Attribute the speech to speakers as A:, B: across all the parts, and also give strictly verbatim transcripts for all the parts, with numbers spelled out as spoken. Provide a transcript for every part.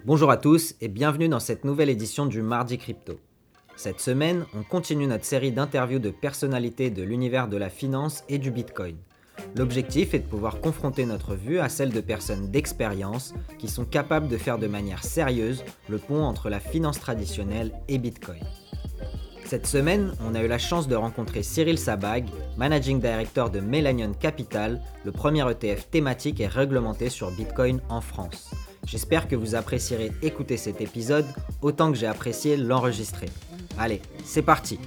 A: Bonjour à tous et bienvenue dans cette nouvelle édition du Mardi Crypto. Cette semaine, on continue notre série d'interviews de personnalités de l'univers de la finance et du Bitcoin. L'objectif est de pouvoir confronter notre vue à celle de personnes d'expérience qui sont capables de faire de manière sérieuse le pont entre la finance traditionnelle et Bitcoin. Cette semaine, on a eu la chance de rencontrer Cyril Sabag, Managing Director de Melanion Capital, le premier E T F thématique et réglementé sur Bitcoin en France. J'espère que vous apprécierez écouter cet épisode autant que j'ai apprécié l'enregistrer. Allez, c'est parti!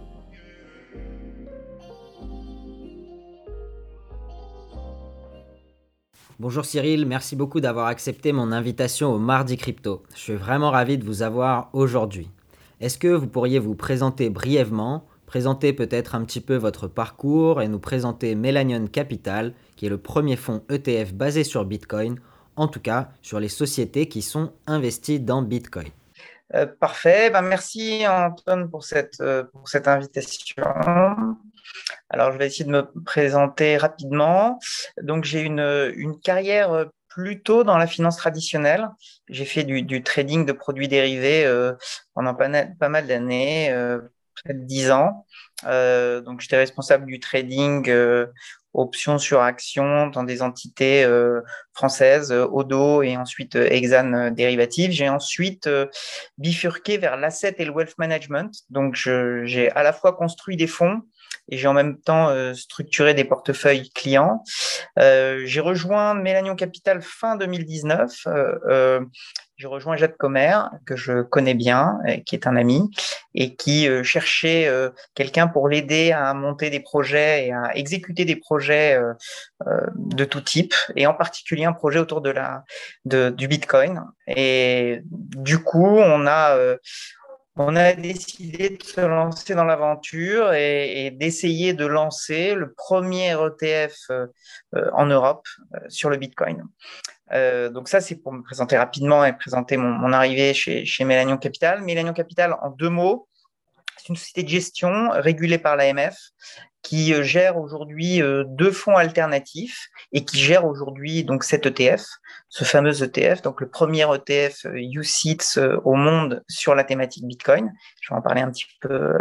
A: Bonjour Cyril, merci beaucoup d'avoir accepté mon invitation au Mardi Crypto. Je suis vraiment ravi de vous avoir aujourd'hui. Est-ce que vous pourriez vous présenter brièvement, présenter peut-être un petit peu votre parcours et nous présenter Melanion Capital, qui est le premier fonds E T F basé sur Bitcoin, en tout cas sur les sociétés qui sont investies dans Bitcoin.
B: Euh, parfait, ben, merci Antoine pour cette, euh, pour cette invitation. Alors je vais essayer de me présenter rapidement. Donc j'ai une, une carrière plutôt dans la finance traditionnelle. J'ai fait du, du trading de produits dérivés euh, pendant pas, pas mal d'années, euh, près de dix ans. Euh, donc j'étais responsable du trading euh, options sur actions dans des entités euh, françaises, euh, Odo et ensuite euh, Exane euh, Dérivatives. J'ai ensuite euh, bifurqué vers l'asset et le wealth management. Donc je, j'ai à la fois construit des fonds et j'ai en même temps euh, structuré des portefeuilles clients. Euh, j'ai rejoint Melanion Capital fin deux mille dix-neuf. Euh, euh, j'ai rejoint Jade Comer, que je connais bien, et qui est un ami, et qui euh, cherchait euh, quelqu'un pour l'aider à monter des projets et à exécuter des projets euh, euh, de tout type, et en particulier un projet autour de la, de, du Bitcoin. Et du coup, on a... Euh, on a décidé de se lancer dans l'aventure et, et d'essayer de lancer le premier E T F euh, en Europe euh, sur le Bitcoin. Euh, donc ça, c'est pour me présenter rapidement et présenter mon, mon arrivée chez, chez Melanion Capital. Melanion Capital, en deux mots, c'est une société de gestion régulée par l'A M F qui gère aujourd'hui deux fonds alternatifs et qui gère aujourd'hui donc cet E T F, ce fameux E T F, donc le premier E T F U C I T S au monde sur la thématique Bitcoin. Je vais en parler un petit peu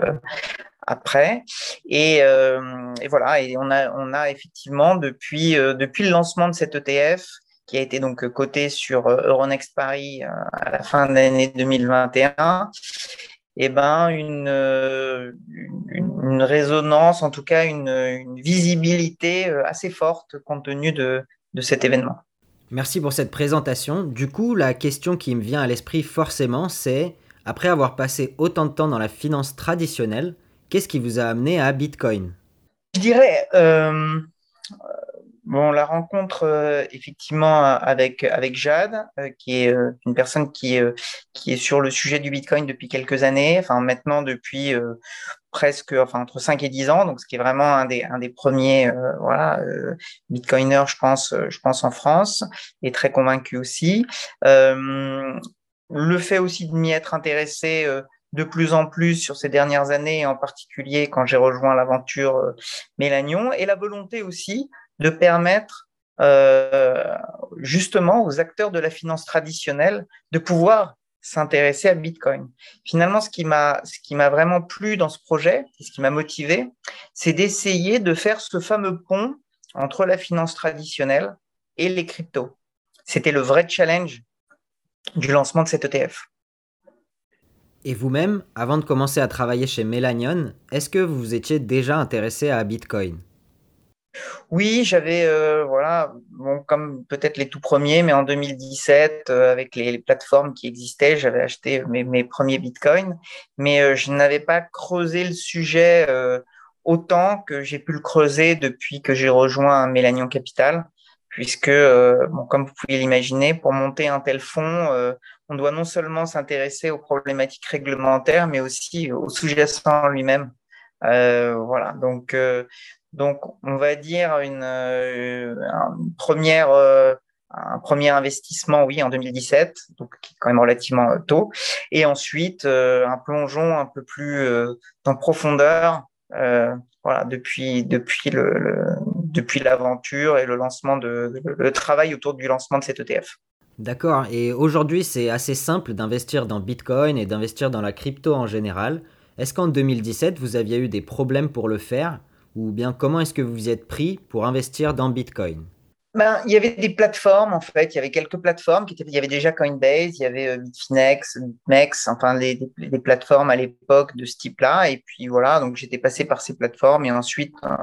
B: après. Et, euh, et voilà, et on a, on a effectivement depuis, euh, depuis le lancement de cet E T F, qui a été donc coté sur Euronext Paris à la fin de l'année deux mille vingt et un, eh ben, une, une, une résonance, en tout cas une, une visibilité assez forte compte tenu de, de cet événement.
A: Merci pour cette présentation. Du coup, la question qui me vient à l'esprit forcément, c'est, après avoir passé autant de temps dans la finance traditionnelle, qu'est-ce qui vous a amené à Bitcoin ?
B: Je dirais... Euh, Bon, la rencontre euh, effectivement avec avec Jade, euh, qui est euh, une personne qui euh, qui est sur le sujet du Bitcoin depuis quelques années, enfin maintenant depuis euh, presque enfin entre cinq et dix ans, donc ce qui est vraiment un des un des premiers euh, voilà euh, Bitcoiners, je pense je pense en France, et très convaincu aussi. Euh, le fait aussi de m'y être intéressé euh, de plus en plus sur ces dernières années, en particulier quand j'ai rejoint l'aventure euh, Melanion, et la volonté aussi de permettre euh, justement aux acteurs de la finance traditionnelle de pouvoir s'intéresser à Bitcoin. Finalement, ce qui m'a, ce qui m'a vraiment plu dans ce projet, et ce qui m'a motivé, c'est d'essayer de faire ce fameux pont entre la finance traditionnelle et les cryptos. C'était le vrai challenge du lancement de cet E T F.
A: Et vous-même, avant de commencer à travailler chez Melanion, est-ce que vous vous étiez déjà intéressé à Bitcoin ?
B: Oui, j'avais, euh, voilà, bon, comme peut-être les tout premiers, mais en deux mille dix-sept, euh, avec les, les plateformes qui existaient, j'avais acheté mes, mes premiers bitcoins, mais euh, je n'avais pas creusé le sujet euh, autant que j'ai pu le creuser depuis que j'ai rejoint Melanion Capital, puisque, euh, bon, comme vous pouvez l'imaginer, pour monter un tel fonds, euh, on doit non seulement s'intéresser aux problématiques réglementaires, mais aussi au sous-jacent lui-même. Euh, voilà, donc... Euh, donc, on va dire une, euh, une première, euh, un premier investissement, oui, en deux mille dix-sept, donc qui est quand même relativement euh, tôt, et ensuite euh, un plongeon un peu plus euh, en profondeur, euh, voilà, depuis depuis le, le depuis l'aventure et le lancement de, de le travail autour du lancement de cet E T F.
A: D'accord. Et aujourd'hui, c'est assez simple d'investir dans Bitcoin et d'investir dans la crypto en général. Est-ce qu'en deux mille dix-sept, vous aviez eu des problèmes pour le faire? Ou bien comment est-ce que vous vous y êtes pris pour investir dans Bitcoin?
B: Ben, il y avait des plateformes, en fait. Il y avait quelques plateformes qui étaient, il y avait déjà Coinbase, il y avait euh, Bitfinex, BitMEX, enfin, les, des, des plateformes à l'époque de ce type-là. Et puis voilà, donc j'étais passé par ces plateformes et ensuite euh,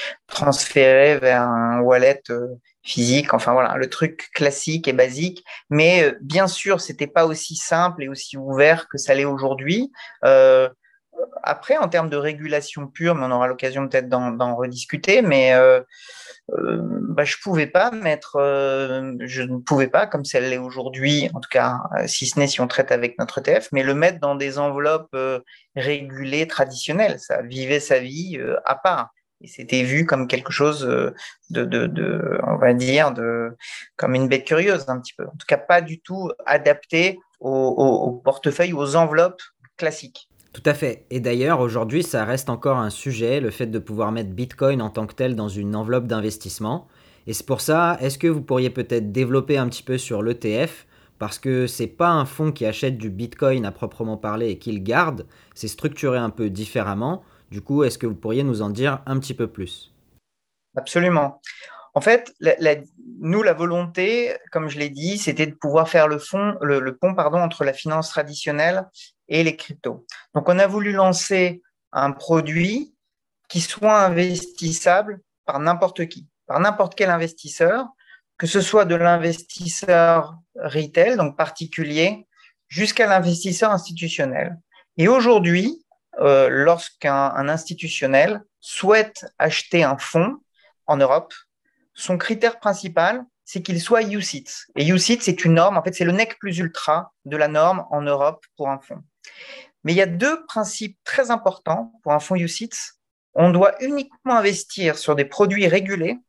B: transféré vers un wallet euh, physique. Enfin voilà, le truc classique et basique. Mais euh, bien sûr, c'était pas aussi simple et aussi ouvert que ça l'est aujourd'hui. Euh, Après, en termes de régulation pure, mais on aura l'occasion peut-être d'en, d'en rediscuter, mais euh, euh, bah, je pouvais pas mettre, euh, je ne pouvais pas, comme celle l'est aujourd'hui, en tout cas, euh, si ce n'est si on traite avec notre E T F, mais le mettre dans des enveloppes euh, régulées traditionnelles. Ça vivait sa vie euh, à part. Et c'était vu comme quelque chose euh, de, de, de, on va dire, de, comme une bête curieuse un petit peu. En tout cas, pas du tout adapté au, au, au portefeuille, aux enveloppes classiques.
A: Tout à fait. Et d'ailleurs, aujourd'hui, ça reste encore un sujet, le fait de pouvoir mettre Bitcoin en tant que tel dans une enveloppe d'investissement. Et c'est pour ça, est-ce que vous pourriez peut-être développer un petit peu sur l'E T F? Parce que c'est pas un fonds qui achète du Bitcoin à proprement parler et qui le garde, c'est structuré un peu différemment. Du coup, est-ce que vous pourriez nous en dire un petit peu plus?
B: Absolument. En fait, la, la, nous, la volonté, comme je l'ai dit, c'était de pouvoir faire le, fond, le, le pont pardon, entre la finance traditionnelle et les cryptos. Donc, on a voulu lancer un produit qui soit investissable par n'importe qui, par n'importe quel investisseur, que ce soit de l'investisseur retail, donc particulier, jusqu'à l'investisseur institutionnel. Et aujourd'hui, euh, lorsqu'un un institutionnel souhaite acheter un fonds en Europe, son critère principal, c'est qu'il soit U C I T S. Et U C I T S, c'est une norme, en fait, c'est le nec plus ultra de la norme en Europe pour un fonds. Mais il y a deux principes très importants pour un fonds U C I T S. On doit uniquement investir sur des produits régulés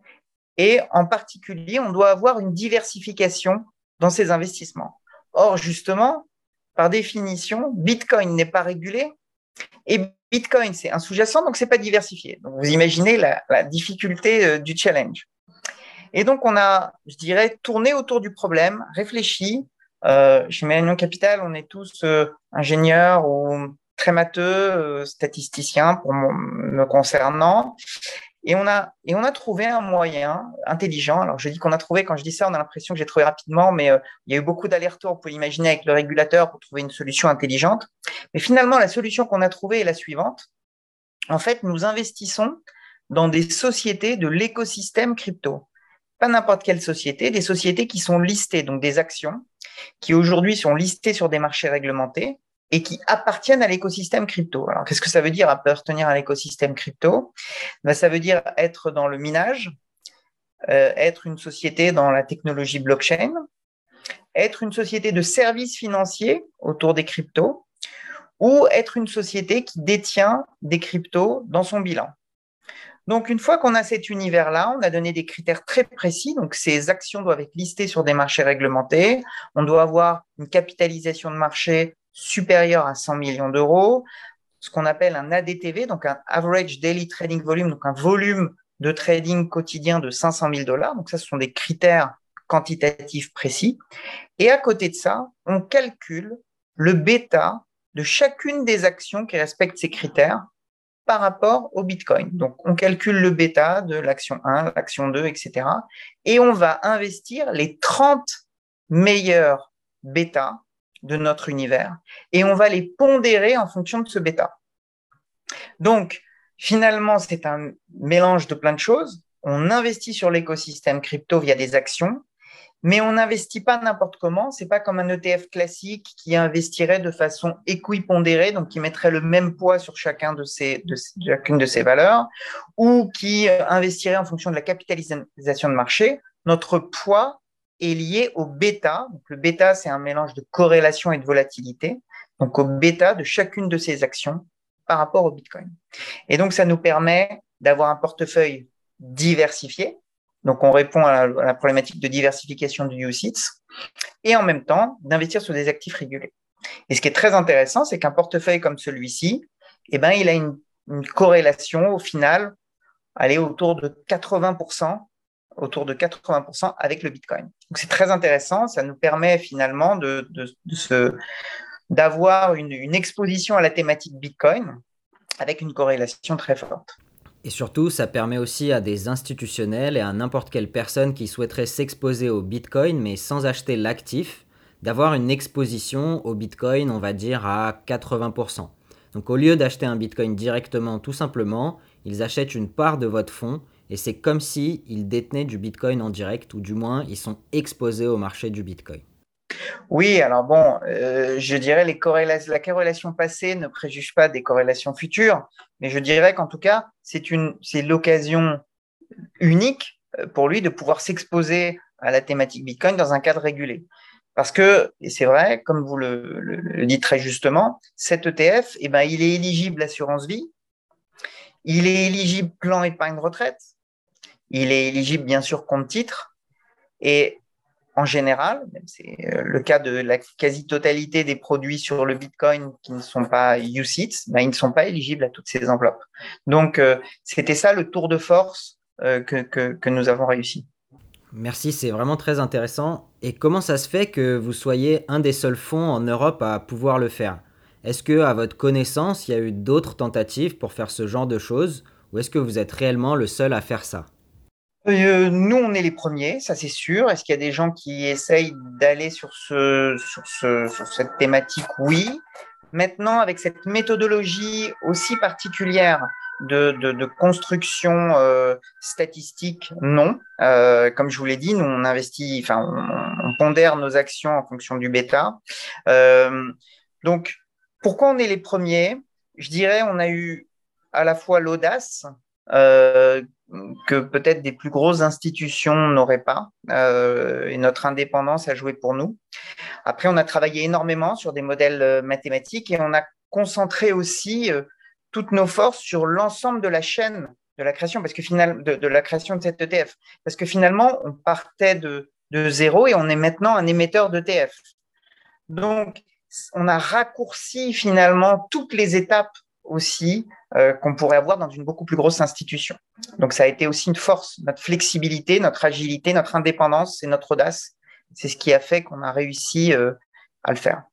B: et en particulier, on doit avoir une diversification dans ses investissements. Or, justement, par définition, Bitcoin n'est pas régulé et Bitcoin, c'est un sous-jacent, donc c'est pas diversifié. Donc, vous imaginez la, la difficulté euh, du challenge. Et donc, on a, je dirais, tourné autour du problème, réfléchi. Euh, chez Millennium Capital, on est tous euh, ingénieurs ou très matheux, euh, statisticiens pour mon, me concernant. Et on, a, et on a trouvé un moyen intelligent. Alors, je dis qu'on a trouvé, quand je dis ça, on a l'impression que j'ai trouvé rapidement, mais euh, il y a eu beaucoup d'allers-retours, vous pouvez imaginer, avec le régulateur pour trouver une solution intelligente. Mais finalement, la solution qu'on a trouvée est la suivante. En fait, nous investissons dans des sociétés de l'écosystème crypto. Pas n'importe quelle société, des sociétés qui sont listées, donc des actions, qui aujourd'hui sont listées sur des marchés réglementés et qui appartiennent à l'écosystème crypto. Alors, qu'est-ce que ça veut dire appartenir à l'écosystème crypto? Ben, ça veut dire être dans le minage, euh, être une société dans la technologie blockchain, être une société de services financiers autour des cryptos, ou être une société qui détient des cryptos dans son bilan. Donc, une fois qu'on a cet univers-là, on a donné des critères très précis. Donc, ces actions doivent être listées sur des marchés réglementés. On doit avoir une capitalisation de marché supérieure à cent millions d'euros, ce qu'on appelle un A D T V, donc un Average Daily Trading Volume, donc un volume de trading quotidien de cinq cent mille dollars. Donc, ça, ce sont des critères quantitatifs précis. Et à côté de ça, on calcule le bêta de chacune des actions qui respectent ces critères par rapport au Bitcoin. Donc, on calcule le bêta de l'action un, l'action deux, et cetera. Et on va investir les trente meilleurs bêtas de notre univers et on va les pondérer en fonction de ce bêta. Donc, finalement, c'est un mélange de plein de choses. On investit sur l'écosystème crypto via des actions, mais on n'investit pas n'importe comment. C'est pas comme un E T F classique qui investirait de façon équipondérée, donc qui mettrait le même poids sur chacun de ces, de, de chacune de ces valeurs, ou qui investirait en fonction de la capitalisation de marché. Notre poids est lié au bêta. Donc, le bêta, c'est un mélange de corrélation et de volatilité. Donc, au bêta de chacune de ces actions par rapport au Bitcoin. Et donc, ça nous permet d'avoir un portefeuille diversifié. Donc, on répond à la, à la problématique de diversification du U C I T S et en même temps d'investir sur des actifs régulés. Et ce qui est très intéressant, c'est qu'un portefeuille comme celui-ci, eh ben, il a une, une corrélation au final, elle est autour de quatre-vingts pour cent autour de quatre-vingts pour cent avec le Bitcoin. Donc, c'est très intéressant. Ça nous permet finalement de, de, de se, d'avoir une, une exposition à la thématique Bitcoin avec une corrélation très forte.
A: Et surtout, ça permet aussi à des institutionnels et à n'importe quelle personne qui souhaiterait s'exposer au Bitcoin, mais sans acheter l'actif, d'avoir une exposition au Bitcoin, on va dire, à quatre-vingts pour cent. Donc au lieu d'acheter un Bitcoin directement, tout simplement, ils achètent une part de votre fonds, et c'est comme si ils détenaient du Bitcoin en direct, ou du moins, ils sont exposés au marché du Bitcoin.
B: Oui, alors bon, euh, je dirais les corrélations, la corrélation passée ne préjuge pas des corrélations futures, mais je dirais qu'en tout cas, c'est une, c'est l'occasion unique pour lui de pouvoir s'exposer à la thématique Bitcoin dans un cadre régulé. Parce que, et c'est vrai, comme vous le, le, le dites très justement, cet E T F, eh ben, il est éligible assurance vie, il est éligible plan épargne retraite, il est éligible bien sûr compte titre, et en général, c'est le cas de la quasi-totalité des produits sur le Bitcoin qui ne sont pas U C I T S, ben, ils ne sont pas éligibles à toutes ces enveloppes. Donc, euh, c'était ça le tour de force euh, que, que, que nous avons réussi.
A: Merci, c'est vraiment très intéressant. Et comment ça se fait que vous soyez un des seuls fonds en Europe à pouvoir le faire? Est-ce que, à votre connaissance, il y a eu d'autres tentatives pour faire ce genre de choses, ou est-ce que vous êtes réellement le seul à faire ça?
B: Euh, nous, on est les premiers, ça c'est sûr. Est-ce qu'il y a des gens qui essayent d'aller sur, ce, sur, ce, sur cette thématique? Oui. Maintenant, avec cette méthodologie aussi particulière de, de, de construction euh, statistique, non. Euh, comme je vous l'ai dit, nous, on investit, enfin, on, on pondère nos actions en fonction du bêta. Euh, donc, pourquoi on est les premiers? Je dirais, on a eu à la fois l'audace, euh, que peut-être des plus grosses institutions n'auraient pas. Euh, et notre indépendance a joué pour nous. Après, on a travaillé énormément sur des modèles euh, mathématiques et on a concentré aussi euh, toutes nos forces sur l'ensemble de la chaîne de la création, parce que finalement, de, de la création de cet E T F. Parce que finalement, on partait de, de zéro et on est maintenant un émetteur d'E T F. Donc, on a raccourci finalement toutes les étapes aussi euh, qu'on pourrait avoir dans une beaucoup plus grosse institution. Donc, ça a été aussi une force, notre flexibilité, notre agilité, notre indépendance et notre audace. C'est ce qui a fait qu'on a réussi euh, à le faire.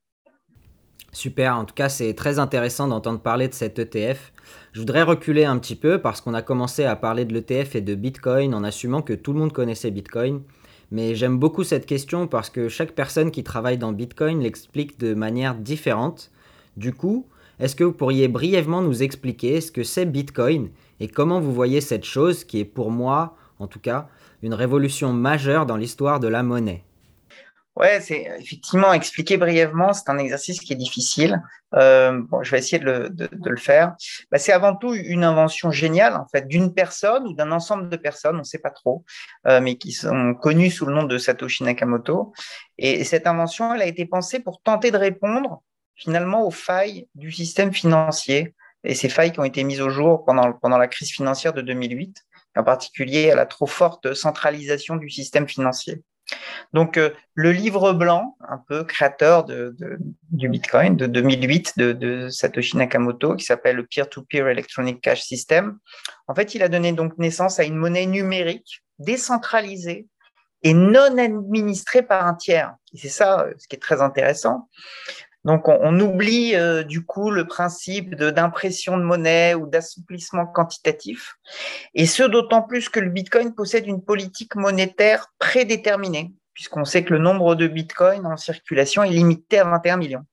A: Super, en tout cas c'est très intéressant d'entendre parler de cet E T F. Je voudrais reculer un petit peu parce qu'on a commencé à parler de l'E T F et de Bitcoin en assumant que tout le monde connaissait Bitcoin. Mais j'aime beaucoup cette question parce que chaque personne qui travaille dans Bitcoin l'explique de manière différente. Du coup, est-ce que vous pourriez brièvement nous expliquer ce que c'est Bitcoin et comment vous voyez cette chose qui est pour moi, en tout cas, une révolution majeure dans l'histoire de la monnaie?
B: Ouais, c'est effectivement expliquer brièvement, c'est un exercice qui est difficile. Euh, bon, je vais essayer de le, de, de le faire. Bah, c'est avant tout une invention géniale, en fait, d'une personne ou d'un ensemble de personnes, on ne sait pas trop, euh, mais qui sont connues sous le nom de Satoshi Nakamoto. Et, et cette invention, elle a été pensée pour tenter de répondre finalement aux failles du système financier et ces failles qui ont été mises au jour pendant, pendant la crise financière de deux mille huit, en particulier à la trop forte centralisation du système financier. Donc, euh, le livre blanc, un peu créateur de, de, du Bitcoin de deux mille huit de, de Satoshi Nakamoto, qui s'appelle le Peer-to-Peer Electronic Cash System, en fait, il a donné donc naissance à une monnaie numérique décentralisée et non administrée par un tiers. Et c'est ça ce qui est très intéressant. Donc, on, on oublie euh, du coup le principe de, d'impression de monnaie ou d'assouplissement quantitatif. Et ce, d'autant plus que le Bitcoin possède une politique monétaire prédéterminée, puisqu'on sait que le nombre de Bitcoins en circulation est limité à vingt et un millions.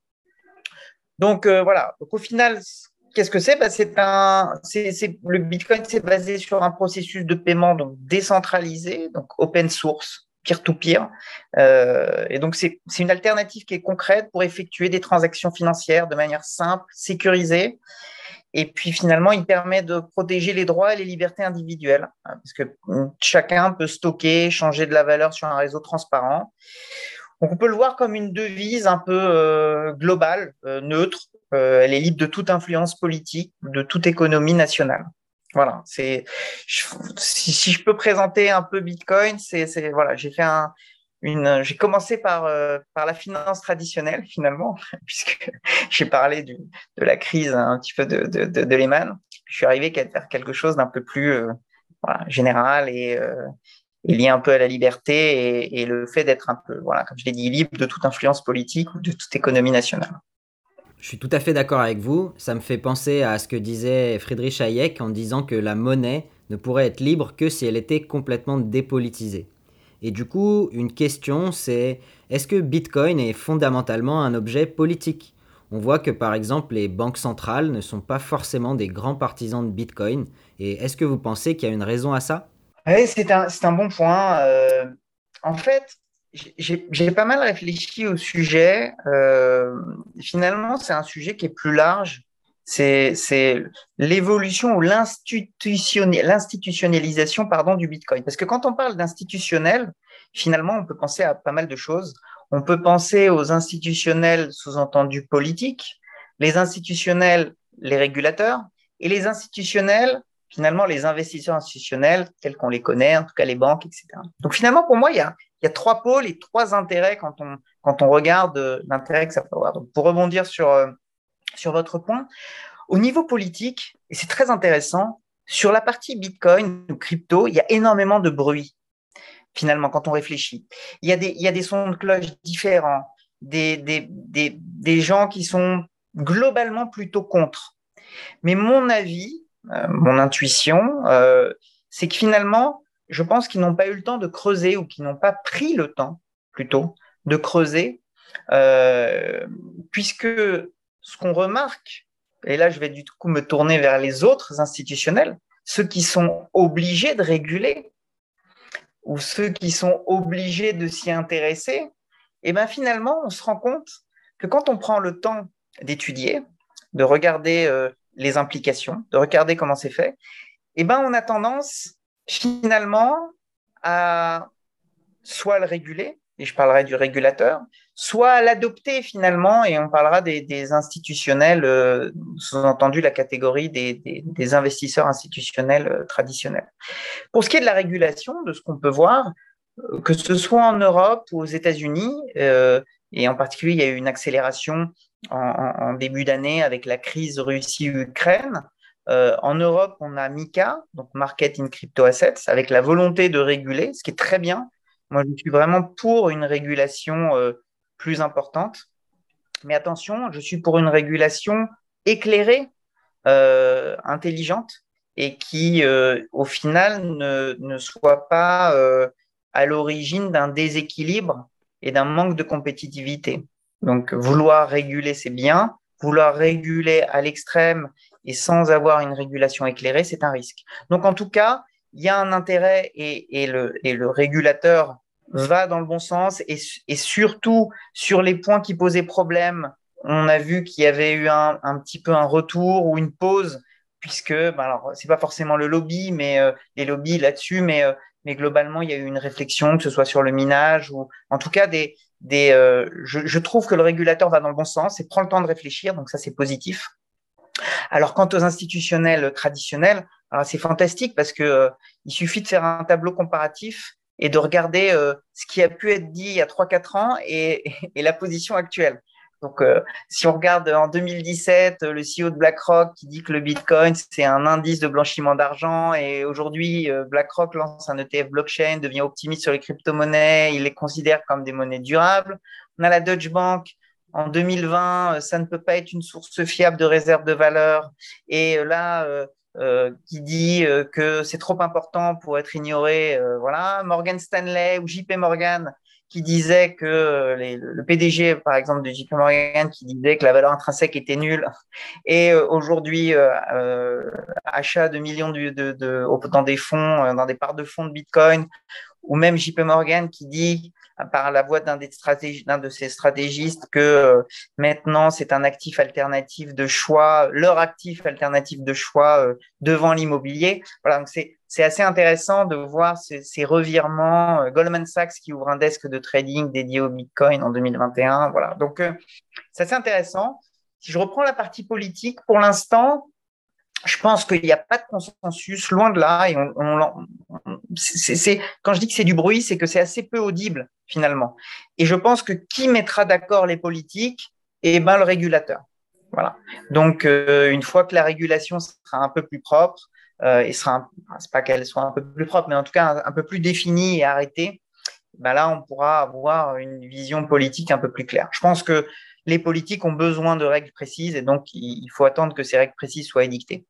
B: Donc euh, voilà, donc, au final, qu'est-ce que c'est? Bah, c'est un, c'est, c'est, le Bitcoin, c'est basé sur un processus de paiement donc, décentralisé, donc open source, peer-to-peer. Euh, et donc, c'est, c'est une alternative qui est concrète pour effectuer des transactions financières de manière simple, sécurisée. Et puis finalement, il permet de protéger les droits et les libertés individuelles, hein, parce que chacun peut stocker, changer de la valeur sur un réseau transparent. Donc on peut le voir comme une devise un peu euh, globale, euh, neutre. Euh, elle est libre de toute influence politique, de toute économie nationale. Voilà. C'est je, si, si je peux présenter un peu Bitcoin, c'est, c'est voilà, j'ai fait un une, j'ai commencé par, euh, par la finance traditionnelle, finalement, puisque j'ai parlé du, de la crise un petit peu de, de, de, de Lehman. Je suis arrivé vers quelque chose d'un peu plus euh, voilà, général et, euh, est lié un peu à la liberté et, et le fait d'être un peu, voilà, comme je l'ai dit, libre de toute influence politique ou de toute économie nationale.
A: Je suis tout à fait d'accord avec vous. Ça me fait penser à ce que disait Friedrich Hayek en disant que la monnaie ne pourrait être libre que si elle était complètement dépolitisée. Et du coup, une question, c'est est-ce que Bitcoin est fondamentalement un objet politique? On voit que par exemple, les banques centrales ne sont pas forcément des grands partisans de Bitcoin. Et est-ce que vous pensez qu'il y a une raison à ça?
B: Oui, c'est un, c'est un bon point. Euh, en fait, j'ai j'ai pas mal réfléchi au sujet. Euh, finalement, c'est un sujet qui est plus large. C'est c'est l'évolution ou l'institutionnel- l'institutionnalisation pardon, du Bitcoin. Parce que quand on parle d'institutionnel, finalement, on peut penser à pas mal de choses. On peut penser aux institutionnels sous-entendus politiques, les institutionnels, les régulateurs, et les institutionnels finalement les investisseurs institutionnels tels qu'on les connaît, en tout cas les banques, et cetera. Donc finalement, pour moi, il y a, il y a trois pôles et trois intérêts quand on, quand on regarde euh, l'intérêt que ça peut avoir. Donc pour rebondir sur, euh, sur votre point, au niveau politique, et c'est très intéressant, sur la partie Bitcoin ou crypto, il y a énormément de bruit, finalement, quand on réfléchit. Il y a des, il y a des sons de cloche différents, des, des, des, des gens qui sont globalement plutôt contre. Mais mon avis, euh, mon intuition, euh, c'est que finalement, je pense qu'ils n'ont pas eu le temps de creuser ou qu'ils n'ont pas pris le temps, plutôt, de creuser, euh, puisque ce qu'on remarque, et là je vais du coup me tourner vers les autres institutionnels, ceux qui sont obligés de réguler ou ceux qui sont obligés de s'y intéresser, et bien finalement, on se rend compte que quand on prend le temps d'étudier, de regarder euh, les implications, de regarder comment c'est fait, et ben on a tendance finalement à soit le réguler, et je parlerai du régulateur, soit à l'adopter finalement, et on parlera des, des institutionnels, euh, sous-entendu la catégorie des, des, des investisseurs institutionnels euh, traditionnels. Pour ce qui est de la régulation, de ce qu'on peut voir, que ce soit en Europe ou aux États-Unis, euh, et en particulier, il y a eu une accélération en, en, en début d'année avec la crise Russie-Ukraine. Euh, en Europe, on a MiCA, donc Market in Crypto Assets, avec la volonté de réguler, ce qui est très bien. Moi, je suis vraiment pour une régulation euh, plus importante. Mais attention, je suis pour une régulation éclairée, euh, intelligente, et qui, euh, au final, ne, ne soit pas euh, à l'origine d'un déséquilibre et d'un manque de compétitivité. Donc, vouloir réguler, c'est bien. Vouloir réguler à l'extrême et sans avoir une régulation éclairée, c'est un risque. Donc, en tout cas, il y a un intérêt et, et, le, et le régulateur va dans le bon sens et, et surtout sur les points qui posaient problème, on a vu qu'il y avait eu un, un petit peu un retour ou une pause, puisque, ben alors, c'est pas forcément le lobby, mais euh, les lobbies là-dessus, mais, euh, mais globalement, il y a eu une réflexion, que ce soit sur le minage ou en tout cas des, des. Euh, je, je trouve que le régulateur va dans le bon sens et prend le temps de réfléchir, donc ça c'est positif. Alors quant aux institutionnels traditionnels, alors c'est fantastique parce que euh, il suffit de faire un tableau comparatif et de regarder euh, ce qui a pu être dit il y a trois quatre ans et, et la position actuelle. Donc, euh, si on regarde en deux mille dix-sept, le C E O de BlackRock qui dit que le Bitcoin, c'est un indice de blanchiment d'argent, et aujourd'hui, euh, BlackRock lance un E T F blockchain, devient optimiste sur les crypto-monnaies, il les considère comme des monnaies durables. On a la Deutsche Bank en deux mille vingt, ça ne peut pas être une source fiable de réserve de valeur. Et là, euh, euh, qui dit euh, que c'est trop important pour être ignoré. Euh, voilà, Morgan Stanley ou J P Morgan qui disait que les, le P D G, par exemple, de J P Morgan, qui disait que la valeur intrinsèque était nulle. Et euh, aujourd'hui, euh, euh, achat de millions de, de, de, dans des fonds, euh, dans des parts de fonds de Bitcoin, ou même J P Morgan qui dit par la voix d'un des stratégistes, d'un de ses stratégistes que euh, maintenant c'est un actif alternatif de choix, leur actif alternatif de choix euh, devant l'immobilier. Voilà, donc c'est c'est assez intéressant de voir ces, ces revirements. Euh, Goldman Sachs qui ouvre un desk de trading dédié au Bitcoin en deux mille vingt et un. Voilà, donc euh, c'est assez intéressant. Si je reprends la partie politique, pour l'instant, je pense qu'il n'y a pas de consensus, loin de là. Et on, on, c'est, c'est, quand je dis que c'est du bruit, c'est que c'est assez peu audible finalement. Et je pense que qui mettra d'accord les politiques? Eh ben le régulateur. Voilà. Donc euh, une fois que la régulation sera un peu plus propre, euh, et sera, un, c'est pas qu'elle soit un peu plus propre, mais en tout cas un, un peu plus définie et arrêtée, ben là, on pourra avoir une vision politique un peu plus claire. Je pense que les politiques ont besoin de règles précises et donc il faut attendre que ces règles précises soient édictées.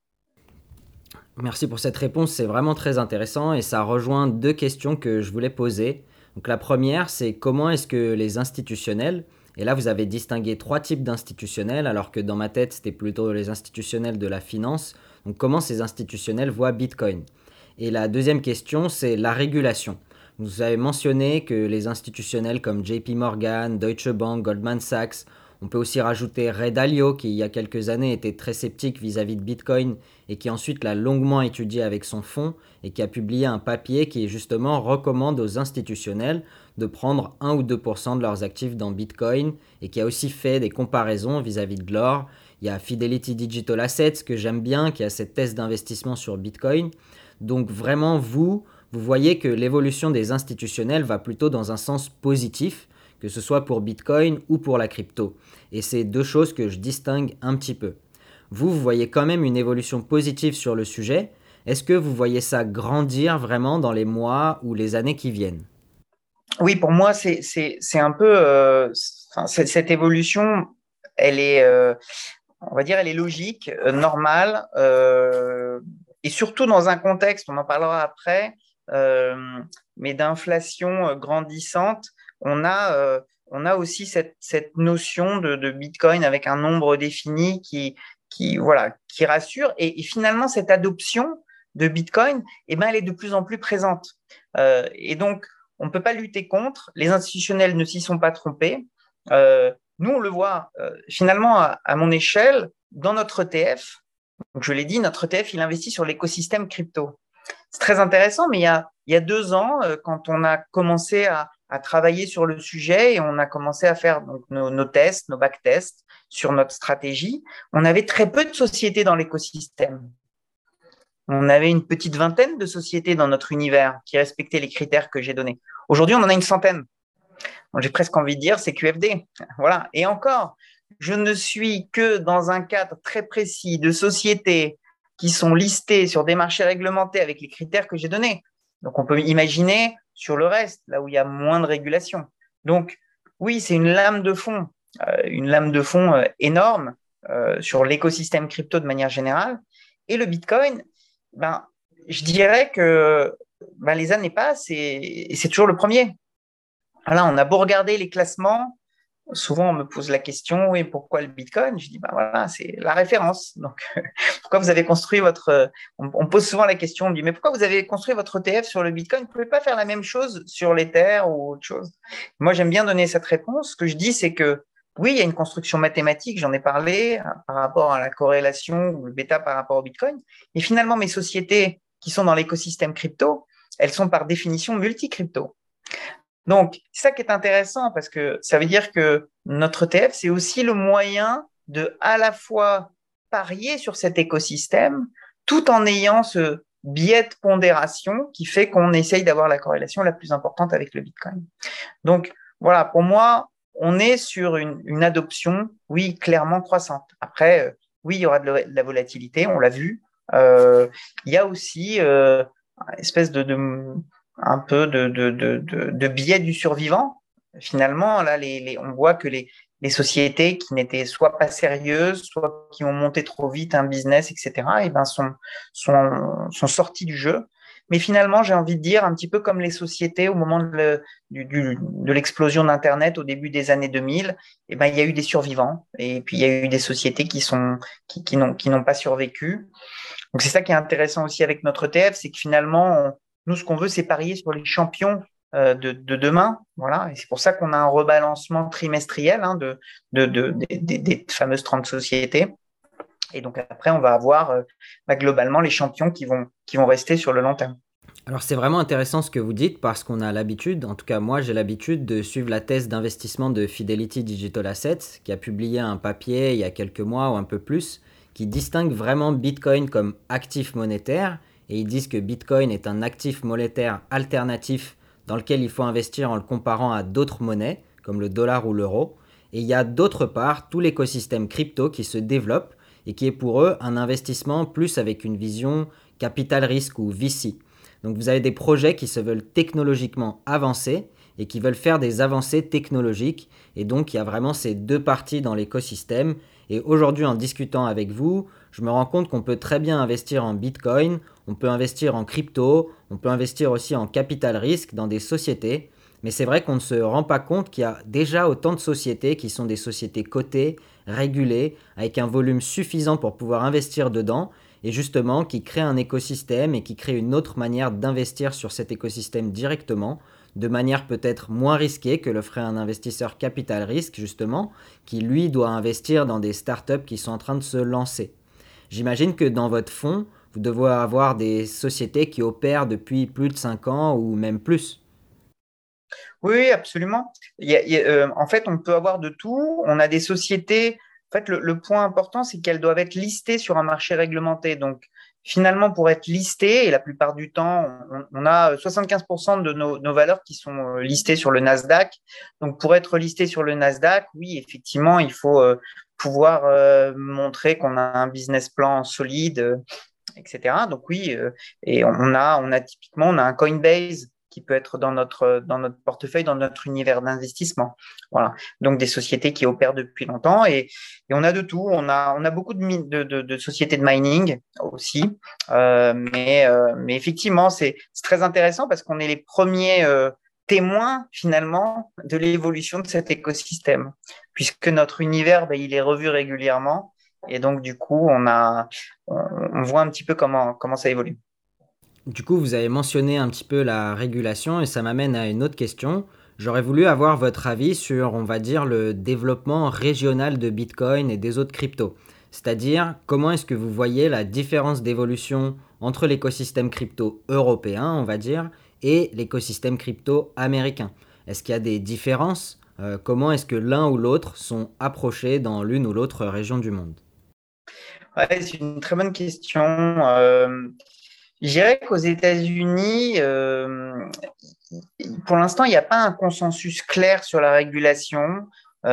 A: Merci pour cette réponse, c'est vraiment très intéressant et ça rejoint deux questions que je voulais poser. Donc la première, c'est comment est-ce que les institutionnels, et là vous avez distingué trois types d'institutionnels, alors que dans ma tête c'était plutôt les institutionnels de la finance, donc comment ces institutionnels voient Bitcoin? Et la deuxième question, c'est la régulation. Vous avez mentionné que les institutionnels comme J P Morgan, Deutsche Bank, Goldman Sachs, on peut aussi rajouter Ray Dalio qui il y a quelques années était très sceptique vis-à-vis de Bitcoin et qui ensuite l'a longuement étudié avec son fonds et qui a publié un papier qui justement recommande aux institutionnels de prendre un ou deux pour cent de leurs actifs dans Bitcoin et qui a aussi fait des comparaisons vis-à-vis de l'or. Il y a Fidelity Digital Assets que j'aime bien qui a cette thèse d'investissement sur Bitcoin. Donc vraiment vous, vous voyez que l'évolution des institutionnels va plutôt dans un sens positif, que ce soit pour Bitcoin ou pour la crypto. Et c'est deux choses que je distingue un petit peu. Vous, vous voyez quand même une évolution positive sur le sujet. Est-ce que vous voyez ça grandir vraiment dans les mois ou les années qui viennent?
B: Oui, pour moi, c'est, c'est, c'est un peu, euh, enfin, cette, cette évolution, elle est, euh, on va dire, elle est logique, euh, normale, euh, et surtout dans un contexte, on en parlera après, euh, mais d'inflation euh, grandissante, on a, euh, on a aussi cette, cette notion de, de Bitcoin avec un nombre défini qui, qui, voilà, qui rassure. Et, et finalement, cette adoption de Bitcoin, eh ben, elle est de plus en plus présente. Euh, et donc, on ne peut pas lutter contre. Les institutionnels ne s'y sont pas trompés. Euh, nous, on le voit euh, finalement à, à mon échelle, dans notre E T F. Donc, je l'ai dit, notre E T F, il investit sur l'écosystème crypto. C'est très intéressant, mais il y a, il y a deux ans, euh, quand on a commencé à, à travailler sur le sujet et on a commencé à faire donc, nos, nos tests, nos backtests sur notre stratégie, on avait très peu de sociétés dans l'écosystème. On avait une petite vingtaine de sociétés dans notre univers qui respectaient les critères que j'ai donnés. Aujourd'hui, on en a une centaine. Donc, j'ai presque envie de dire, c'est Q F D. Voilà. Et encore, je ne suis que dans un cadre très précis de sociétés qui sont listées sur des marchés réglementés avec les critères que j'ai donnés. Donc, on peut imaginer sur le reste, là où il y a moins de régulation. Donc, oui, c'est une lame de fond, euh, une lame de fond euh, énorme euh, sur l'écosystème crypto de manière générale. Et le Bitcoin, ben, je dirais que ben, les années passent et, et c'est toujours le premier. Là, on a beau regarder les classements, souvent on me pose la question, oui, pourquoi le Bitcoin? Je dis, ben voilà, c'est la référence. Donc, pourquoi vous avez construit votre... On, on pose souvent la question, on me dit, mais pourquoi vous avez construit votre E T F sur le Bitcoin? Vous ne pouvez pas faire la même chose sur l'Ether ou autre chose? Moi, j'aime bien donner cette réponse. Ce que je dis, c'est que oui, il y a une construction mathématique, j'en ai parlé, hein, par rapport à la corrélation ou le bêta par rapport au Bitcoin. Et finalement, mes sociétés qui sont dans l'écosystème crypto, elles sont par définition multi-crypto. Donc, c'est ça qui est intéressant parce que ça veut dire que notre E T F, c'est aussi le moyen de à la fois parier sur cet écosystème tout en ayant ce biais de pondération qui fait qu'on essaye d'avoir la corrélation la plus importante avec le Bitcoin. Donc, voilà, pour moi, on est sur une, une adoption, oui, clairement croissante. Après, euh, oui, il y aura de la, de la volatilité, on l'a vu. Euh, il y a aussi euh, une espèce de, de un peu de, de, de, de, de biais du survivant. Finalement, là, les, les, on voit que les, les sociétés qui n'étaient soit pas sérieuses, soit qui ont monté trop vite un business, et cetera, et ben sont, sont, sont sorties du jeu. Mais finalement, j'ai envie de dire, un petit peu comme les sociétés au moment de, le, du, du, de l'explosion d'Internet au début des années deux mille, et ben, il y a eu des survivants. Et puis, il y a eu des sociétés qui, sont, qui, qui, n'ont, qui n'ont pas survécu. Donc, c'est ça qui est intéressant aussi avec notre E T F, c'est que finalement, on, nous, ce qu'on veut, c'est parier sur les champions euh, de, de demain. Voilà. Et c'est pour ça qu'on a un rebalancement trimestriel hein, de, de, de, de, de, des fameuses trente sociétés. Et donc, après, on va avoir euh, bah, globalement les champions qui vont, qui vont rester sur le long terme.
A: Alors c'est vraiment intéressant ce que vous dites parce qu'on a l'habitude, en tout cas moi j'ai l'habitude de suivre la thèse d'investissement de Fidelity Digital Assets qui a publié un papier il y a quelques mois ou un peu plus qui distingue vraiment Bitcoin comme actif monétaire et ils disent que Bitcoin est un actif monétaire alternatif dans lequel il faut investir en le comparant à d'autres monnaies comme le dollar ou l'euro. Et il y a d'autre part tout l'écosystème crypto qui se développe et qui est pour eux un investissement plus avec une vision capital risque ou V C. Donc vous avez des projets qui se veulent technologiquement avancés et qui veulent faire des avancées technologiques. Et donc il y a vraiment ces deux parties dans l'écosystème. Et aujourd'hui, en discutant avec vous, je me rends compte qu'on peut très bien investir en Bitcoin, on peut investir en crypto, on peut investir aussi en capital risque dans des sociétés. Mais c'est vrai qu'on ne se rend pas compte qu'il y a déjà autant de sociétés qui sont des sociétés cotées, régulées, avec un volume suffisant pour pouvoir investir dedans, et justement qui créent un écosystème et qui créent une autre manière d'investir sur cet écosystème directement, de manière peut-être moins risquée que le ferait un investisseur capital risque, justement, qui lui doit investir dans des startups qui sont en train de se lancer. J'imagine que dans votre fonds, vous devez avoir des sociétés qui opèrent depuis plus de cinq ans ou même plus.
B: Oui, oui, absolument. Il y a- il y a, euh, en fait, on peut avoir de tout. On a des sociétés. En fait, le, le point important, c'est qu'elles doivent être listées sur un marché réglementé. Donc, finalement, pour être listées, et la plupart du temps, on, on a soixante-quinze pour cent de nos, nos valeurs qui sont euh, listées sur le Nasdaq. Donc, pour être listé sur le Nasdaq, oui, effectivement, il faut euh, pouvoir euh, montrer qu'on a un business plan solide, euh, et cetera. Donc oui, euh, et on a, on a typiquement, on a un Coinbase qui peut être dans notre, dans notre portefeuille, dans notre univers d'investissement. Voilà. Donc des sociétés qui opèrent depuis longtemps et, et on a de tout. On a, on a beaucoup de, mi- de, de, de sociétés de mining aussi. Euh, mais, euh, mais effectivement, c'est c'est très intéressant parce qu'on est les premiers euh, témoins finalement de l'évolution de cet écosystème, puisque notre univers, ben, il est revu régulièrement. Et donc, du coup, on a, on, on voit un petit peu comment, comment ça évolue.
A: Du coup, vous avez mentionné un petit peu la régulation et ça m'amène à une autre question. J'aurais voulu avoir votre avis sur, on va dire, le développement régional de Bitcoin et des autres cryptos. C'est-à-dire, comment est-ce que vous voyez la différence d'évolution entre l'écosystème crypto européen, on va dire, et l'écosystème crypto américain? Est-ce qu'il y a des différences? Euh, comment est-ce que l'un ou l'autre sont approchés dans l'une ou l'autre région du monde?
B: Ouais, c'est une très bonne question. Euh, je dirais qu'aux États-Unis, euh, pour l'instant, il n'y a pas un consensus clair sur la régulation.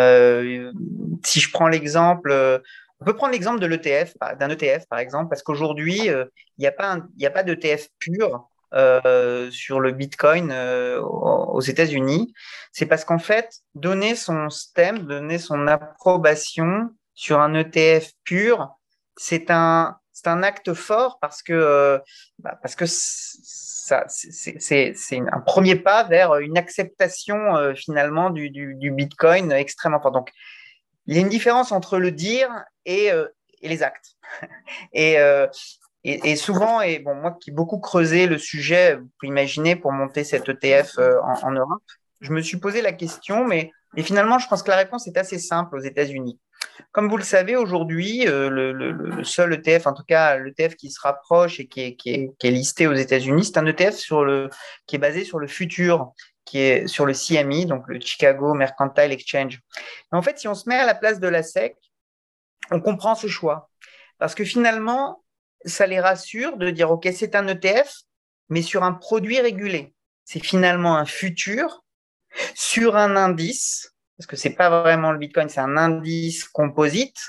B: Euh, si je prends l'exemple, euh, on peut prendre l'exemple de l'E T F, d'un E T F par exemple, parce qu'aujourd'hui, euh, il n'y a pas un- il n'y a pas d'E T F pur euh, sur le Bitcoin euh, aux aux États-Unis. C'est parce qu'en fait, donner son stem, donner son approbation sur un E T F pur, c'est un, c'est un acte fort parce que, euh, bah, parce que ça, c'est c'est- c'est un premier pas vers une acceptation euh, finalement du, du, du Bitcoin extrêmement fort. Donc, il y a une différence entre le dire et, euh, et les actes. Et, euh, et, et souvent, et bon, moi qui ai beaucoup creusé le sujet, vous pouvez imaginer, pour monter cet E T F euh, en, en Europe, je me suis posé la question, mais et finalement, je pense que la réponse est assez simple aux États-Unis. Comme vous le savez, aujourd'hui, euh, le, le- le seul E T F, en tout cas l'E T F qui se rapproche et qui est, qui est- qui est listé aux États-Unis, c'est un E T F sur le, qui est basé sur le futur, qui est sur le C M E, donc le Chicago Mercantile Exchange. En fait, si on se met à la place de la S E C, on comprend ce choix. Parce que finalement, ça les rassure de dire, OK, c'est un E T F, mais sur un produit régulé. C'est finalement un futur sur un indice, parce que c'est pas vraiment le Bitcoin, c'est un indice composite,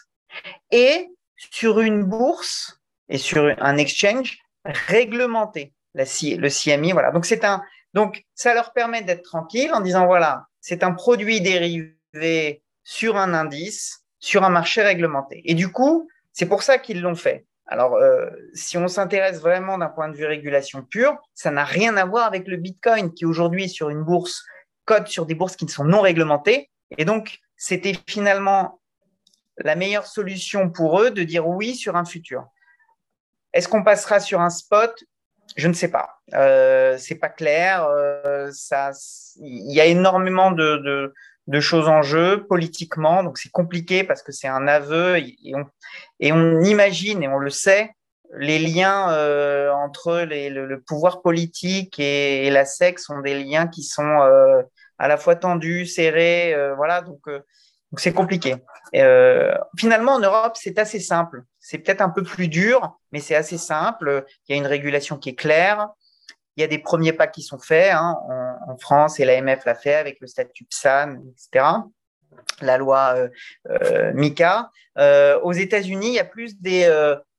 B: et sur une bourse et sur un exchange réglementé, la, le C M E. Voilà. Donc, c'est un, donc, ça leur permet d'être tranquille en disant, voilà, c'est un produit dérivé sur un indice, sur un marché réglementé. Et du coup, c'est pour ça qu'ils l'ont fait. Alors, euh, si on s'intéresse vraiment d'un point de vue régulation pure, ça n'a rien à voir avec le Bitcoin qui aujourd'hui sur une bourse cote sur des bourses qui sont non réglementées. Et donc, c'était finalement la meilleure solution pour eux de dire oui sur un futur. Est-ce qu'on passera sur un spot? Je ne sais pas. Euh, c'est pas clair. Euh, ça, il y a énormément de, de, de, choses en jeu politiquement, donc c'est compliqué parce que c'est un aveu et on, et on imagine et on le sait les liens euh, entre les, le, le, pouvoir politique et, et, la S E C sont des liens qui sont euh, à la fois tendus, serrés, euh, voilà. Donc euh, donc c'est compliqué. Euh, finalement, en Europe, c'est assez simple. C'est peut-être un peu plus dur, mais c'est assez simple. Il y a une régulation qui est claire. Il y a des premiers pas qui sont faits hein, en, en France et l'A M F l'a fait avec le statut P S A N, et cetera. La loi euh, euh, MiCA. Euh, aux États-Unis, il y a plus des, euh,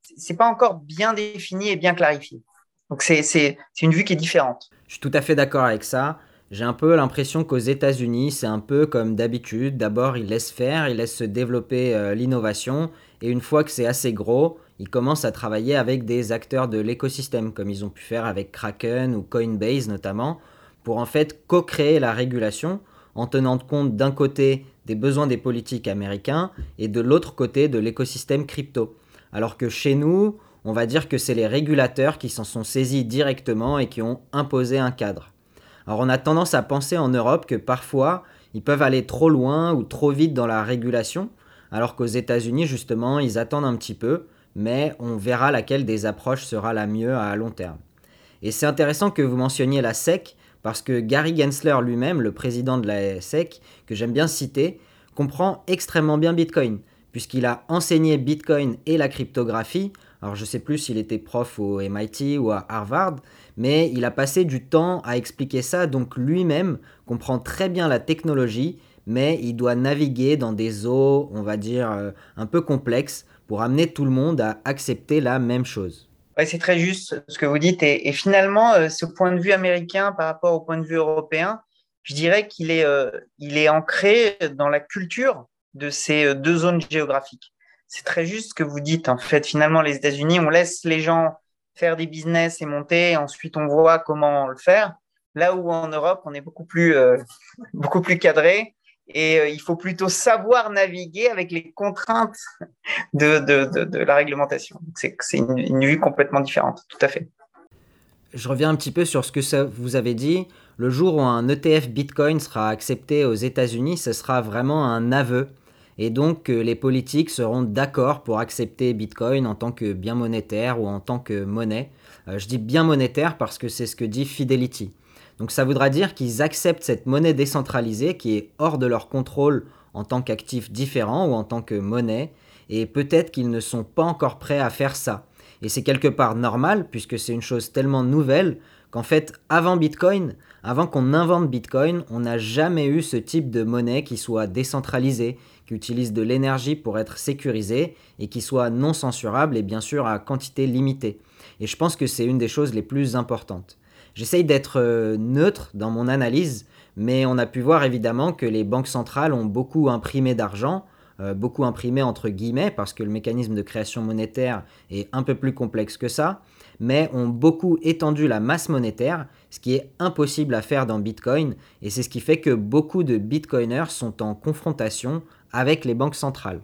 B: c'est pas encore bien défini et bien clarifié. Donc, c'est, c'est, c'est une vue qui est différente.
A: Je suis tout à fait d'accord avec ça. J'ai un peu l'impression qu'aux États-Unis, c'est un peu comme d'habitude. D'abord, ils laissent faire, ils laissent se développer euh, l'innovation. Et une fois que c'est assez gros, ils commencent à travailler avec des acteurs de l'écosystème, comme ils ont pu faire avec Kraken ou Coinbase notamment, pour en fait co-créer la régulation en tenant compte d'un côté des besoins des politiques américains et de l'autre côté de l'écosystème crypto. Alors que chez nous, on va dire que c'est les régulateurs qui s'en sont saisis directement et qui ont imposé un cadre. Alors on a tendance à penser en Europe que parfois ils peuvent aller trop loin ou trop vite dans la régulation, alors qu'aux États-Unis justement ils attendent un petit peu, mais on verra laquelle des approches sera la mieux à long terme. Et c'est intéressant que vous mentionniez la S E C, parce que Gary Gensler lui-même, le président de la S E C, que j'aime bien citer, comprend extrêmement bien Bitcoin, puisqu'il a enseigné Bitcoin et la cryptographie. Alors je ne sais plus s'il était prof au M I T ou à Harvard, mais il a passé du temps à expliquer ça, donc lui-même comprend très bien la technologie, mais il doit naviguer dans des eaux, on va dire, euh, un peu complexes, pour amener tout le monde à accepter la même chose.
B: Ouais, c'est très juste ce que vous dites. Et, et finalement, euh, ce point de vue américain par rapport au point de vue européen, je dirais qu'il est, euh, il est ancré dans la culture de ces euh, deux zones géographiques. C'est très juste ce que vous dites. En fait, finalement, les États-Unis, on laisse les gens faire des business et monter, et ensuite on voit comment le faire. Là où en Europe, on est beaucoup plus, euh, beaucoup plus cadré et euh, il faut plutôt savoir naviguer avec les contraintes de, de, de, de la réglementation. C'est, c'est une, une vue complètement différente, tout à fait.
A: Je reviens un petit peu sur ce que ça vous avez dit. Le jour où un E T F Bitcoin sera accepté aux États-Unis, ce sera vraiment un aveu. Et donc euh, les politiques seront d'accord pour accepter Bitcoin en tant que bien monétaire ou en tant que monnaie. Euh, je dis bien monétaire parce que c'est ce que dit Fidelity. Donc ça voudra dire qu'ils acceptent cette monnaie décentralisée qui est hors de leur contrôle en tant qu'actif différent ou en tant que monnaie. Et peut-être qu'ils ne sont pas encore prêts à faire ça. Et c'est quelque part normal, puisque c'est une chose tellement nouvelle, qu'en fait, avant Bitcoin, avant qu'on invente Bitcoin, on n'a jamais eu ce type de monnaie qui soit décentralisée, qui utilise de l'énergie pour être sécurisée et qui soit non censurable et bien sûr à quantité limitée. Et je pense que c'est une des choses les plus importantes. J'essaye d'être euh, neutre dans mon analyse, mais on a pu voir évidemment que les banques centrales ont beaucoup imprimé d'argent, euh, beaucoup imprimé entre guillemets, parce que le mécanisme de création monétaire est un peu plus complexe que ça, mais ont beaucoup étendu la masse monétaire, ce qui est impossible à faire dans Bitcoin, et c'est ce qui fait que beaucoup de Bitcoiners sont en confrontation avec les banques centrales.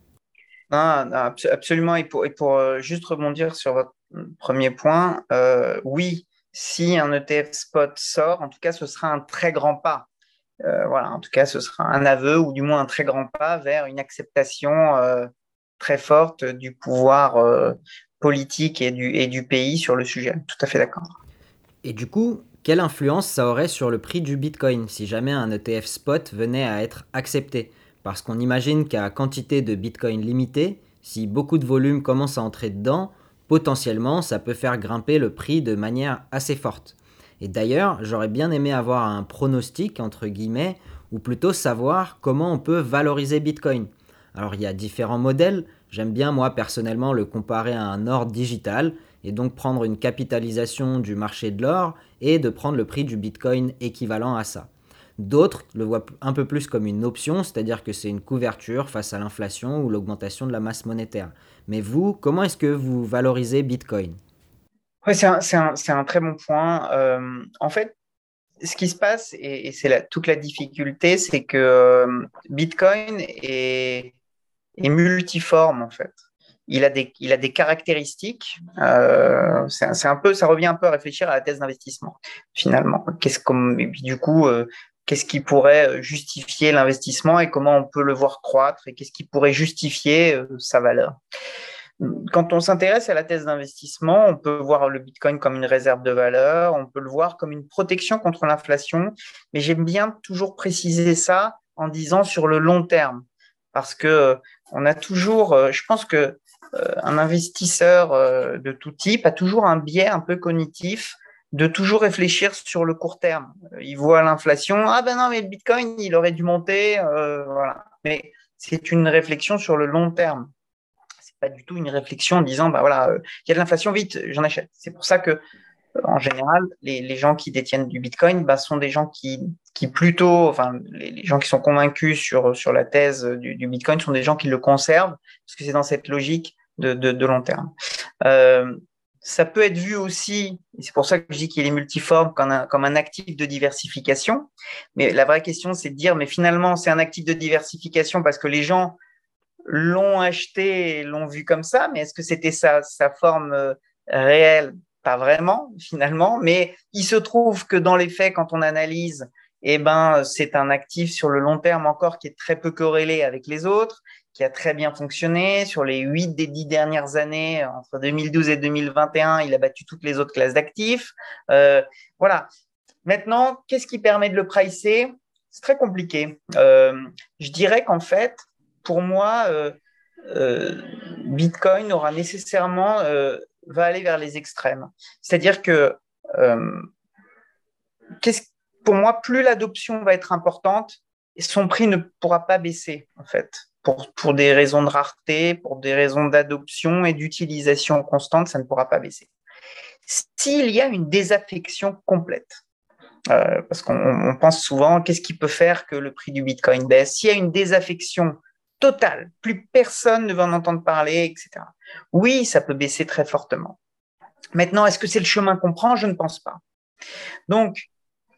B: Non, non, abs- absolument. Et pour, et pour euh, juste rebondir sur votre premier point, euh, oui, si un E T F spot sort, en tout cas, ce sera un très grand pas. Euh, voilà, en tout cas, ce sera un aveu ou du moins un très grand pas vers une acceptation euh, très forte du pouvoir euh, politique et du, et du pays sur le sujet. Tout à fait d'accord.
A: Et du coup, quelle influence ça aurait sur le prix du Bitcoin si jamais un E T F spot venait à être accepté? Parce qu'on imagine qu'à quantité de Bitcoin limitée, si beaucoup de volume commence à entrer dedans, potentiellement ça peut faire grimper le prix de manière assez forte. Et d'ailleurs, j'aurais bien aimé avoir un pronostic, entre guillemets, ou plutôt savoir comment on peut valoriser Bitcoin. Alors il y a différents modèles, j'aime bien moi personnellement le comparer à un or digital, et donc prendre une capitalisation du marché de l'or et de prendre le prix du Bitcoin équivalent à ça. D'autres le voient un peu plus comme une option, c'est-à-dire que c'est une couverture face à l'inflation ou l'augmentation de la masse monétaire. Mais vous, comment est-ce que vous valorisez Bitcoin?
B: Oui, c'est un, c'est un, c'est un très bon point. Euh, en fait, ce qui se passe, et, et c'est la- toute la difficulté, c'est que euh, Bitcoin est, est multiforme, en fait. Il a des, il a des caractéristiques. Euh, c'est un c'est un peu, ça revient un peu à réfléchir à la thèse d'investissement, finalement. Qu'est-ce comme, et puis du coup, euh, qu'est-ce qui pourrait justifier l'investissement et comment on peut le voir croître et qu'est-ce qui pourrait justifier euh, sa valeur. Quand on s'intéresse à la thèse d'investissement, on peut voir le Bitcoin comme une réserve de valeur, on peut le voir comme une protection contre l'inflation, mais j'aime bien toujours préciser ça en disant sur le long terme, parce que euh, on a toujours, euh, je pense que euh, un investisseur euh, de tout type a toujours un biais un peu cognitif de toujours réfléchir sur le court terme. Il voit l'inflation, ah ben non mais le Bitcoin il aurait dû monter, euh, voilà. Mais c'est une réflexion sur le long terme. pas du tout une réflexion en disant, bah voilà, il euh, y a de l'inflation, vite, j'en achète. C'est pour ça que, euh, en général, les, les gens qui détiennent du Bitcoin bah, sont des gens qui, qui plutôt, enfin, les, les gens qui sont convaincus sur, sur la thèse du, du Bitcoin sont des gens qui le conservent, parce que c'est dans cette logique de, de, de long terme. Euh, ça peut être vu aussi, et c'est pour ça que je dis qu'il est multiforme, comme un, comme un actif de diversification. Mais la vraie question, c'est de dire, mais finalement, c'est un actif de diversification parce que les gens l'ont acheté et l'ont vu comme ça, mais est-ce que c'était sa, sa forme euh, réelle? Pas vraiment, finalement. Mais il se trouve que dans les faits, quand on analyse, eh ben, c'est un actif sur le long terme encore qui est très peu corrélé avec les autres, qui a très bien fonctionné. Sur les huit des dix dernières années, entre deux mille douze et deux mille vingt et un, il a battu toutes les autres classes d'actifs. Euh, voilà. Maintenant, qu'est-ce qui permet de le pricer? C'est très compliqué. Euh, je dirais qu'en fait, pour moi, euh, euh, Bitcoin aura nécessairement euh, va aller vers les extrêmes. C'est-à-dire que euh, qu'est-ce, pour moi, plus l'adoption va être importante, son prix ne pourra pas baisser, en fait, pour, pour des raisons de rareté, pour des raisons d'adoption et d'utilisation constante, ça ne pourra pas baisser. S'il y a une désaffection complète, euh, parce qu'on on pense souvent, qu'est-ce qui peut faire que le prix du Bitcoin baisse? S'il y a une désaffection totale, plus personne ne va en entendre parler, et cetera. Oui, ça peut baisser très fortement. Maintenant, est-ce que c'est le chemin qu'on prend? Je ne pense pas. Donc,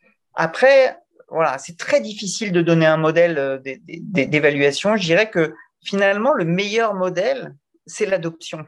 B: après, voilà, c'est très difficile de donner un modèle d'évaluation. Je dirais que finalement, le meilleur modèle, c'est l'adoption.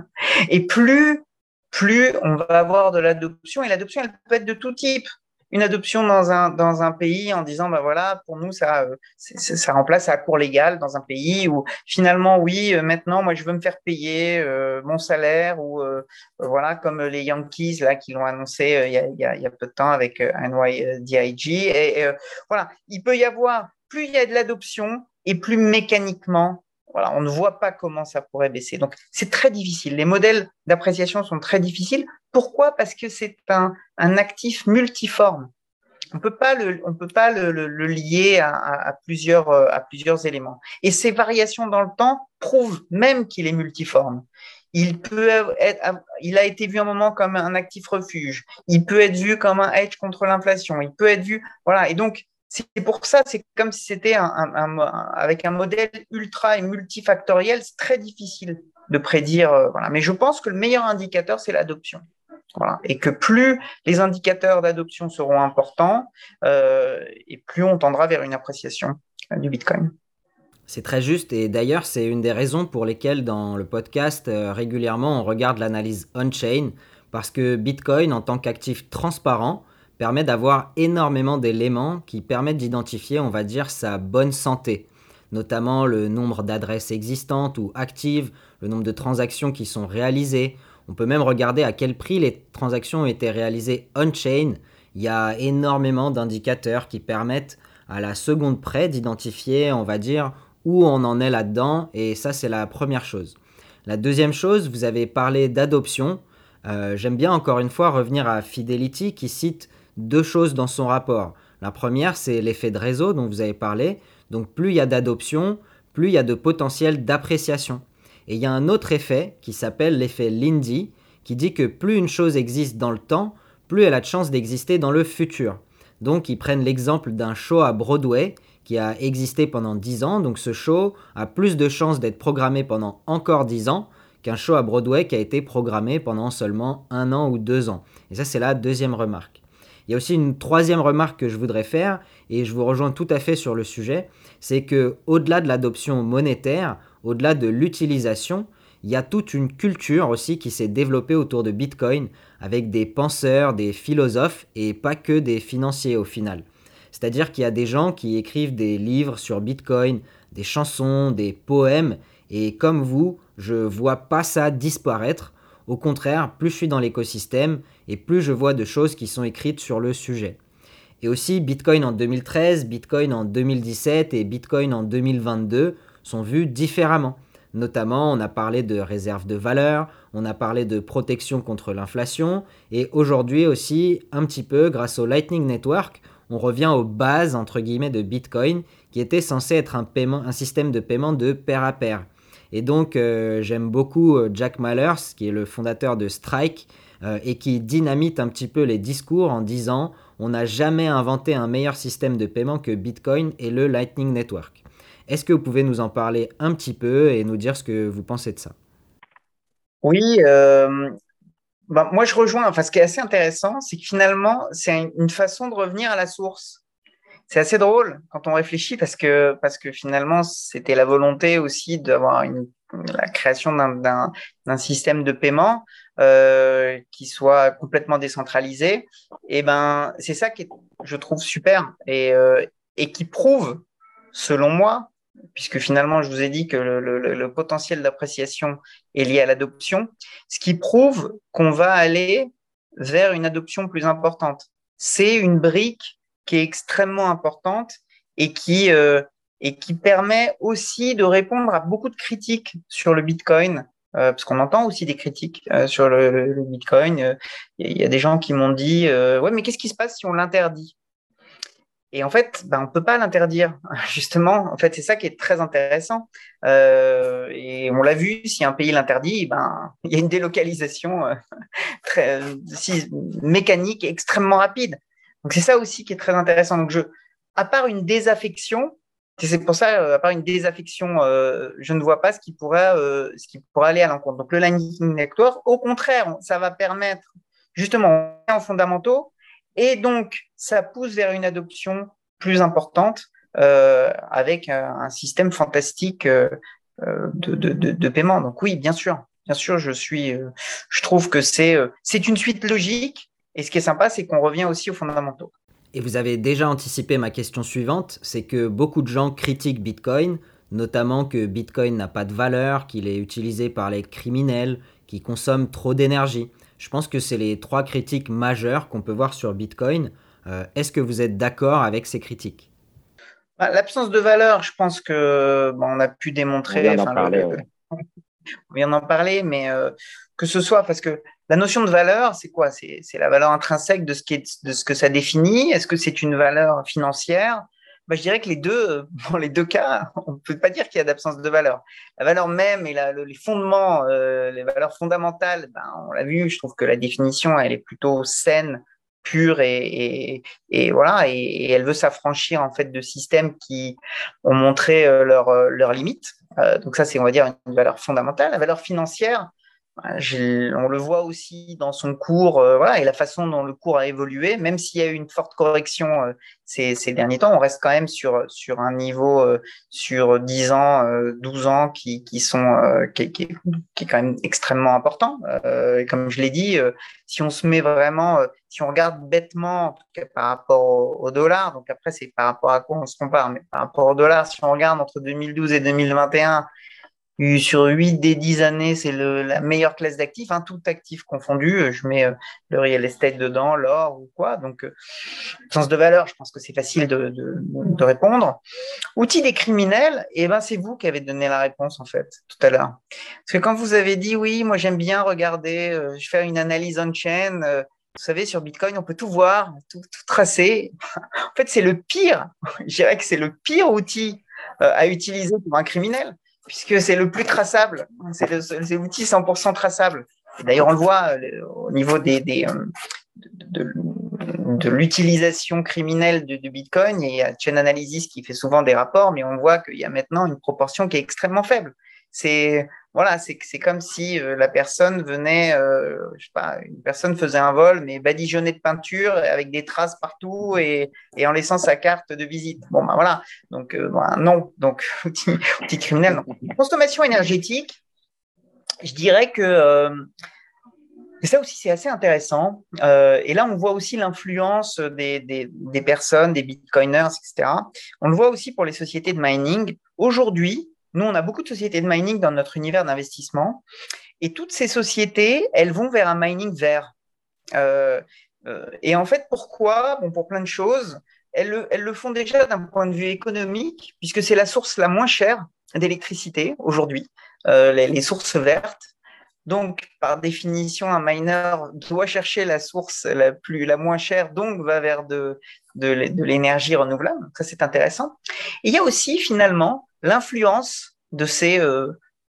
B: Et plus, plus on va avoir de l'adoption, et l'adoption, elle peut être de tout type. Une adoption dans un, dans un pays en disant, ben voilà, pour nous, ça, c'est, ça remplace la cour légale dans un pays où finalement, oui, maintenant, moi, je veux me faire payer euh, mon salaire ou euh, voilà, comme les Yankees là qui l'ont annoncé euh, il, y a, il, y a, il y a peu de temps avec euh, N Y D I G. Et, et euh, voilà, il peut y avoir, plus il y a de l'adoption et plus mécaniquement, voilà, on ne voit pas comment ça pourrait baisser. Donc, c'est très difficile. Les modèles d'appréciation sont très difficiles. Pourquoi? Parce que c'est un, un actif multiforme. On peut pas le, on peut pas le, le, le lier à, à, à, plusieurs, à plusieurs éléments. Et ces variations dans le temps prouvent même qu'il est multiforme. Il peut être, il a été vu un moment comme un actif refuge. Il peut être vu comme un hedge contre l'inflation. Il peut être vu, voilà. Et donc, c'est pour ça, c'est comme si c'était un, un, un, avec un modèle ultra et multifactoriel, c'est très difficile de prédire. Euh, voilà. Mais je pense que le meilleur indicateur, c'est l'adoption. Voilà. Et que plus les indicateurs d'adoption seront importants, euh, et plus on tendra vers une appréciation du Bitcoin.
A: C'est très juste, et d'ailleurs c'est une des raisons pour lesquelles dans le podcast euh, régulièrement on regarde l'analyse on-chain, parce que Bitcoin en tant qu'actif transparent permet d'avoir énormément d'éléments qui permettent d'identifier, on va dire, sa bonne santé, notamment le nombre d'adresses existantes ou actives, le nombre de transactions qui sont réalisées. On peut même regarder à quel prix les transactions ont été réalisées on-chain. Il y a énormément d'indicateurs qui permettent à la seconde près d'identifier, on va dire, où on en est là-dedans, et ça c'est la première chose. La deuxième chose, vous avez parlé d'adoption. Euh, j'aime bien encore une fois revenir à Fidelity qui cite deux choses dans son rapport. La première, c'est l'effet de réseau dont vous avez parlé. Donc plus il y a d'adoption, plus il y a de potentiel d'appréciation. Et il y a un autre effet qui s'appelle l'effet Lindy, qui dit que plus une chose existe dans le temps, plus elle a de chances d'exister dans le futur. Donc ils prennent l'exemple d'un show à Broadway qui a existé pendant dix ans. Donc ce show a plus de chances d'être programmé pendant encore dix ans qu'un show à Broadway qui a été programmé pendant seulement un an ou deux ans. Et ça, c'est la deuxième remarque. Il y a aussi une troisième remarque que je voudrais faire, et je vous rejoins tout à fait sur le sujet, c'est que au-delà de l'adoption monétaire, au-delà de l'utilisation, il y a toute une culture aussi qui s'est développée autour de Bitcoin avec des penseurs, des philosophes et pas que des financiers au final. C'est-à-dire qu'il y a des gens qui écrivent des livres sur Bitcoin, des chansons, des poèmes, et comme vous, je vois pas ça disparaître. Au contraire, plus je suis dans l'écosystème et plus je vois de choses qui sont écrites sur le sujet. Et aussi, Bitcoin en deux mille treize, Bitcoin en deux mille dix-sept et Bitcoin en deux mille vingt-deux sont vus différemment. Notamment, on a parlé de réserve de valeur, on a parlé de protection contre l'inflation, et aujourd'hui aussi, un petit peu, grâce au Lightning Network, on revient aux bases, entre guillemets, de Bitcoin, qui était censé être un, paiement, un système de paiement de pair à pair. Et donc, euh, j'aime beaucoup euh, Jack Mallers, qui est le fondateur de Strike, euh, et qui dynamite un petit peu les discours en disant on n'a jamais inventé un meilleur système de paiement que Bitcoin et le Lightning Network. Est-ce que vous pouvez nous en parler un petit peu et nous dire ce que vous pensez de ça?
B: Oui, euh, ben, moi je rejoins. Enfin, ce qui est assez intéressant, c'est que finalement, c'est un- une façon de revenir à la source. C'est assez drôle quand on réfléchit parce que, parce que finalement, c'était la volonté aussi d'avoir une, la création d'un, d'un, d'un système de paiement euh, qui soit complètement décentralisé. Et ben, c'est ça qui est, je trouve, super et, euh, et qui prouve, selon moi, puisque finalement, je vous ai dit que le, le, le potentiel d'appréciation est lié à l'adoption, ce qui prouve qu'on va aller vers une adoption plus importante. C'est une brique qui est extrêmement importante et qui, euh, et qui permet aussi de répondre à beaucoup de critiques sur le Bitcoin, euh, parce qu'on entend aussi des critiques euh, sur le, le Bitcoin. Il euh, y, y a des gens qui m'ont dit euh, ouais, mais qu'est-ce qui se passe si on l'interdit? Et en fait, ben, on ne peut pas l'interdire, justement. En fait, c'est ça qui est très intéressant. Euh, et on l'a vu, si un pays l'interdit, ben, il y a une délocalisation euh, très, si, mécanique extrêmement rapide. Donc, c'est ça aussi qui est très intéressant. Donc, je, à part une désaffection, c'est pour ça, euh, à part une désaffection, euh, je ne vois pas ce qui pourrait, euh, ce qui pourrait aller à l'encontre. Donc, le Lightning Network, au contraire, ça va permettre justement en fondamentaux et donc ça pousse vers une adoption plus importante euh, avec un, un système fantastique euh, de, de, de, de paiement. Donc oui, bien sûr, bien sûr, je suis, euh, je trouve que c'est euh, c'est une suite logique. Et ce qui est sympa, c'est qu'on revient aussi aux fondamentaux.
A: Et vous avez déjà anticipé ma question suivante, c'est que beaucoup de gens critiquent Bitcoin, notamment que Bitcoin n'a pas de valeur, qu'il est utilisé par les criminels, qu'il consomme trop d'énergie. Je pense que c'est les trois critiques majeures qu'on peut voir sur Bitcoin. Euh, Est-ce que vous êtes d'accord avec ces critiques?
B: L'absence de valeur, je pense que bon, on a pu
C: On
B: démontrer,
C: vient d'en
B: enfin, le,
C: parler,
B: le,
C: oui.
B: on vient d'en parler, mais euh, que ce soit parce que la notion de valeur, c'est quoi? C'est la valeur intrinsèque de ce, qui est, de ce que ça définit. Est-ce que c'est une valeur financière? Ben, je dirais que les deux, dans les deux cas, on ne peut pas dire qu'il y a d'absence de valeur. La valeur même et la, le, les fondements, euh, les valeurs fondamentales, ben, on l'a vu, je trouve que la définition, elle est plutôt saine, pure et, et, et voilà, et, et elle veut s'affranchir en fait de systèmes qui ont montré euh, leurs euh, leurs limites. Euh, donc ça, c'est, on va dire, une valeur fondamentale. La valeur financière, on le voit aussi dans son cours, euh, voilà, et la façon dont le cours a évolué, même s'il y a eu une forte correction euh, ces, ces, derniers temps, on reste quand même sur, sur un niveau euh, sur dix ans, euh, douze ans qui, qui, sont, euh, qui, qui, qui, est quand même extrêmement important. Euh, et comme je l'ai dit, euh, si on se met vraiment, euh, si on regarde bêtement, en tout cas par rapport au, au dollar, donc après c'est par rapport à quoi on se compare, mais par rapport au dollar, si on regarde entre deux mille douze et deux mille vingt et un, sur huit des dix années, c'est la meilleure classe d'actifs, hein, tout actif confondu. Je mets euh, le real estate dedans, l'or ou quoi. Donc, euh, sens de valeur, je pense que c'est facile de, de, de, répondre. Outil des criminels, eh ben, c'est vous qui avez donné la réponse, en fait, tout à l'heure. Parce que quand vous avez dit, oui, moi j'aime bien regarder, euh, je fais une analyse on-chain, euh, vous savez, sur Bitcoin, on peut tout voir, tout, tout tracer. En fait, c'est le pire, je dirais que c'est le pire outil euh, à utiliser pour un criminel, puisque c'est le plus traçable. C'est l'outil cent pour cent traçable. D'ailleurs, on le voit euh, au niveau des, des, euh, de, de, de l'utilisation criminelle de, de Bitcoin. Il y a Chain Analysis qui fait souvent des rapports, mais on voit qu'il y a maintenant une proportion qui est extrêmement faible. C'est voilà, c'est c'est comme si euh, la personne venait, euh, je sais pas, une personne faisait un vol, mais badigeonnée de peinture avec des traces partout et, et en laissant sa carte de visite. Bon ben voilà, donc euh, ben, non, donc outil, outil criminel. Non. Consommation énergétique, je dirais que euh, et ça aussi, c'est assez intéressant. Euh, et là, on voit aussi l'influence des, des, des personnes, des bitcoiners, et cetera. On le voit aussi pour les sociétés de mining. Aujourd'hui, nous, on a beaucoup de sociétés de mining dans notre univers d'investissement. Et toutes ces sociétés, elles vont vers un mining vert. Euh, euh, et en fait, pourquoi? Bon, pour plein de choses. Elles le, elles le font déjà d'un point de vue économique, puisque c'est la source la moins chère d'électricité aujourd'hui, euh, les, les sources vertes. Donc, par définition, un miner doit chercher la source la, plus, la moins chère, donc va vers de, de, de l'énergie renouvelable. Ça, c'est intéressant. Et il y a aussi, finalement, l'influence de ces, euh,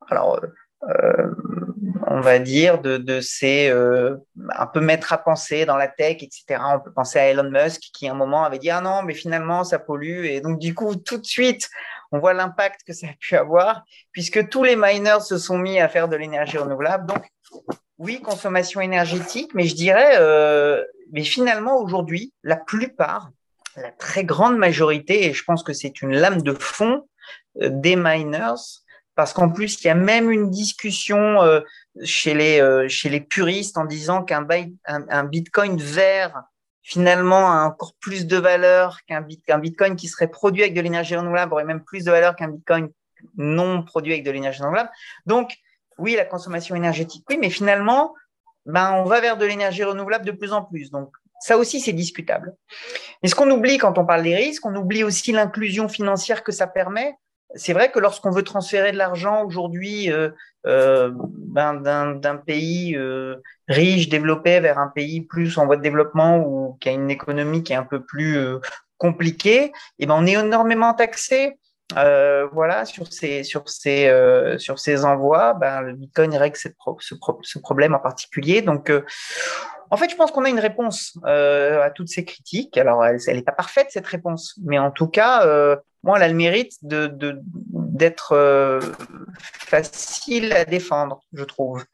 B: alors, euh, on va dire, de, de ces euh, un peu maîtres à penser dans la tech, et cetera. On peut penser à Elon Musk qui, à un moment, avait dit ah non, mais finalement, ça pollue. Et donc, du coup, tout de suite, on voit l'impact que ça a pu avoir, puisque tous les miners se sont mis à faire de l'énergie renouvelable. Donc, oui, consommation énergétique, mais je dirais, euh, mais finalement, aujourd'hui, la plupart, la très grande majorité, et je pense que c'est une lame de fond euh, des miners, parce qu'en plus, il y a même une discussion euh, chez les, euh, chez les puristes en disant qu'un un, un Bitcoin vert, finalement, a encore plus de valeur qu'un bit, qu'un Bitcoin qui serait produit avec de l'énergie renouvelable aurait même plus de valeur qu'un Bitcoin non produit avec de l'énergie renouvelable. Donc, oui, la consommation énergétique, oui, mais finalement, ben, on va vers de l'énergie renouvelable de plus en plus. Donc, ça aussi, c'est discutable. Mais ce qu'on oublie quand on parle des risques, on oublie aussi l'inclusion financière que ça permet. C'est vrai que lorsqu'on veut transférer de l'argent aujourd'hui euh, euh, ben, d'un, d'un pays euh, riche, développé, vers un pays plus en voie de développement ou qui a une économie qui est un peu plus euh, compliquée, et ben, on est énormément taxé. Euh, voilà, sur ces, sur ces, euh, sur ces envois, ben, le Bitcoin règle cette pro- ce, pro- ce problème en particulier. Donc, euh, en fait, je pense qu'on a une réponse euh, à toutes ces critiques. Alors, elle n'est pas parfaite, cette réponse, mais en tout cas, euh, moi, elle a le mérite de, de, d'être euh, facile à défendre, je trouve.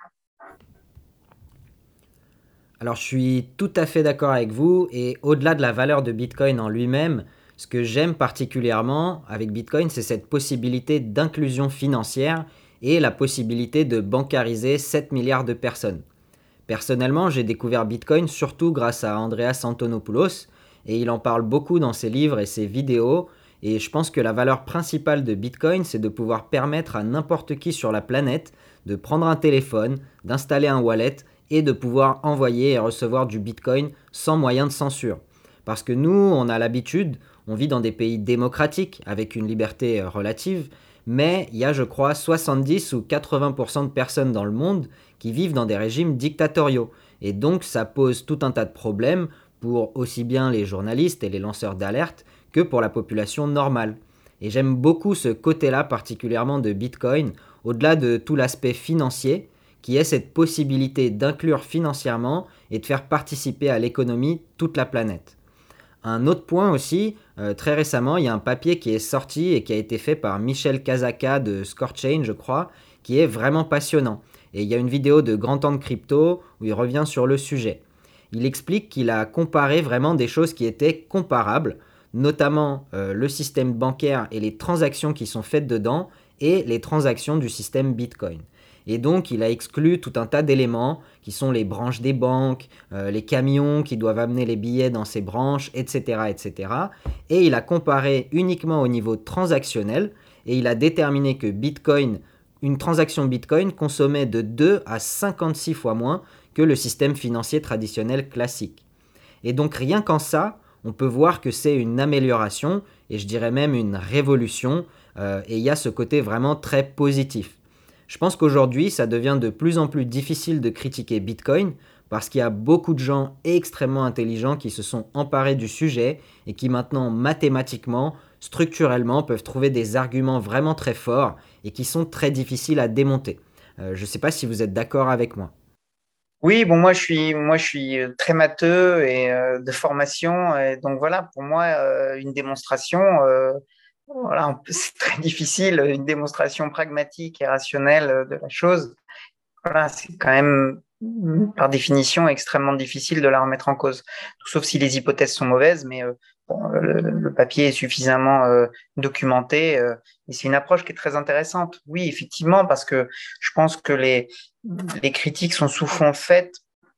A: Alors je suis tout à fait d'accord avec vous et au-delà de la valeur de Bitcoin en lui-même, ce que j'aime particulièrement avec Bitcoin, c'est cette possibilité d'inclusion financière et la possibilité de bancariser sept milliards de personnes. Personnellement, j'ai découvert Bitcoin surtout grâce à Andreas Antonopoulos et il en parle beaucoup dans ses livres et ses vidéos et je pense que la valeur principale de Bitcoin, c'est de pouvoir permettre à n'importe qui sur la planète de prendre un téléphone, d'installer un wallet et de pouvoir envoyer et recevoir du Bitcoin sans moyen de censure. Parce que nous, on a l'habitude, on vit dans des pays démocratiques avec une liberté relative, mais il y a, je crois, soixante-dix ou quatre-vingts pour cent de personnes dans le monde qui vivent dans des régimes dictatoriaux. Et donc, ça pose tout un tas de problèmes pour aussi bien les journalistes et les lanceurs d'alerte que pour la population normale. Et j'aime beaucoup ce côté-là particulièrement de Bitcoin, au-delà de tout l'aspect financier, qui est cette possibilité d'inclure financièrement et de faire participer à l'économie toute la planète. Un autre point aussi, euh, très récemment, il y a un papier qui est sorti et qui a été fait par Michel Kazaka de Scorechain, je crois, qui est vraiment passionnant. Et il y a une vidéo de Grand Temps de Crypto où il revient sur le sujet. Il explique qu'il a comparé vraiment des choses qui étaient comparables, notamment euh, le système bancaire et les transactions qui sont faites dedans et les transactions du système Bitcoin. Et donc, il a exclu tout un tas d'éléments qui sont les branches des banques, euh, les camions qui doivent amener les billets dans ces branches, et cetera, et cetera. Et il a comparé uniquement au niveau transactionnel et il a déterminé que Bitcoin, une transaction Bitcoin consommait de deux à cinquante-six fois moins que le système financier traditionnel classique. Et donc, rien qu'en ça, on peut voir que c'est une amélioration et je dirais même une révolution. Euh, et il y a ce côté vraiment très positif. Je pense qu'aujourd'hui, ça devient de plus en plus difficile de critiquer Bitcoin parce qu'il y a beaucoup de gens extrêmement intelligents qui se sont emparés du sujet et qui maintenant, mathématiquement, structurellement, peuvent trouver des arguments vraiment très forts et qui sont très difficiles à démonter. Euh, je ne sais pas si vous êtes d'accord avec moi.
B: Oui, bon, moi je suis, moi je suis très matheux et euh, de formation, et donc voilà, pour moi, euh, une démonstration, euh, voilà, on peut- c'est très difficile, une démonstration pragmatique et rationnelle de la chose. Voilà, c'est quand même, par définition, extrêmement difficile de la remettre en cause. Sauf si les hypothèses sont mauvaises, mais euh, bon, le, le papier est suffisamment euh, documenté. Euh, et c'est une approche qui est très intéressante. Oui, effectivement, parce que je pense que les, les critiques sont souvent faites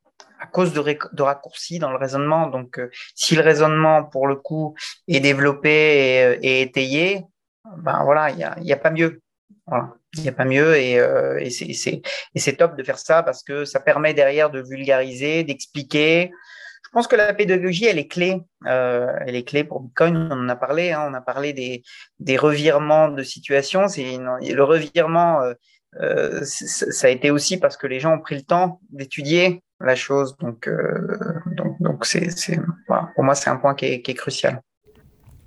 B: à cause de, ré- de raccourcis dans le raisonnement. Donc, euh, si le raisonnement, pour le coup, est développé et, euh, et étayé, ben voilà, il n'y a, il y a pas mieux. Voilà. Il n'y a pas mieux et, euh, et c'est c'est- et c'est top de faire ça parce que ça permet derrière de vulgariser, d'expliquer. Je pense que la pédagogie, elle est clé. Euh, elle est clé pour Bitcoin. On en a parlé. Hein, on a parlé des, des revirements de situation. C'est une- le revirement, euh, euh, c- ça a été aussi parce que les gens ont pris le temps d'étudier la chose. Donc, euh, donc, donc c'est, c'est, voilà. Pour moi, c'est un point qui est, qui est crucial.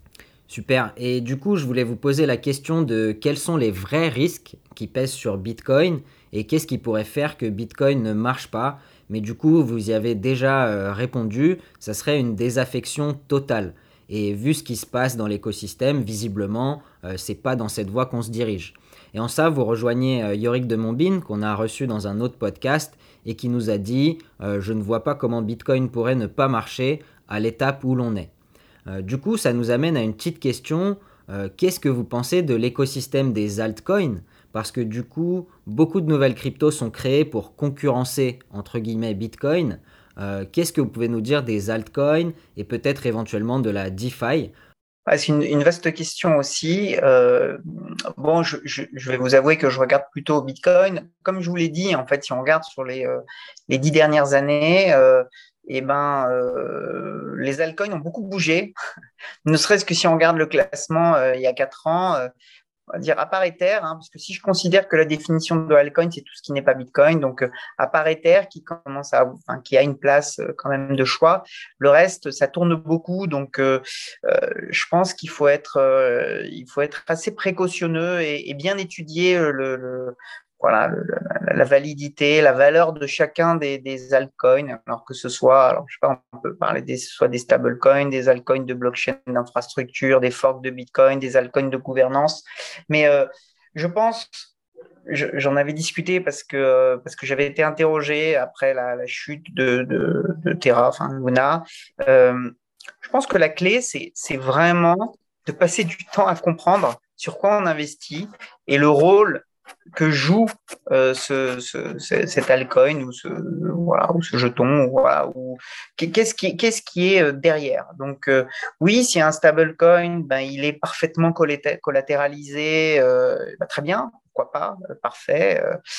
A: Super. Et du coup, je voulais vous poser la question de quels sont les vrais risques qui pèsent sur Bitcoin et qu'est-ce qui pourrait faire que Bitcoin ne marche pas. Mais du coup, vous y avez déjà euh, répondu, ça serait une désaffection totale. Et vu ce qui se passe dans l'écosystème, visiblement, euh, c'est pas dans cette voie qu'on se dirige. Et en ça, vous rejoignez euh, Yorick de Montbine, qu'on a reçu dans un autre podcast, et qui nous a dit euh, Je ne vois pas comment Bitcoin pourrait ne pas marcher à l'étape où l'on est. Euh, du coup, ça nous amène à une petite question. Euh, qu'est-ce que vous pensez de l'écosystème des altcoins? Parce que du coup, beaucoup de nouvelles cryptos sont créées pour concurrencer, entre guillemets, Bitcoin. Euh, qu'est-ce que vous pouvez nous dire des altcoins et peut-être éventuellement de la DeFi?
B: Ouais, c'est une, une vaste question aussi. Euh, bon, je, je, je vais vous avouer que je regarde plutôt Bitcoin. Comme je vous l'ai dit, en fait, si on regarde sur les, euh, les dix dernières années, euh, eh ben, euh, les altcoins ont beaucoup bougé. Ne serait-ce que si on regarde le classement euh, il y a quatre ans, euh, on va dire à part Ether, hein, parce que si je considère que la définition de altcoin, c'est tout ce qui n'est pas Bitcoin, donc euh, à part Ether qui commence à, enfin, qui a une place euh, quand même de choix, le reste, ça tourne beaucoup, donc euh, euh, je pense qu'il faut être, euh, il faut être assez précautionneux et, et bien étudier euh, le, le voilà, le, la, la validité, la valeur de chacun des, des altcoins, alors que ce soit, alors je sais pas, on peut parler des, soit des stablecoins, des altcoins de blockchain d'infrastructure, des forks de Bitcoin, des altcoins de gouvernance. Mais euh, je pense, je, j'en avais discuté parce que, parce que j'avais été interrogé après la, la chute de, de, de Terra, enfin Luna. Euh, je pense que la clé, c'est, c'est vraiment de passer du temps à comprendre sur quoi on investit et le rôle que joue euh, ce, ce, cet altcoin ou ce, voilà, ou ce jeton, ou, voilà, ou, qu'est-ce, qui, qu'est-ce qui est derrière. Donc, euh, oui, si un stablecoin, ben, il est parfaitement collatéralisé, euh, ben, très bien, pourquoi pas, euh, parfait.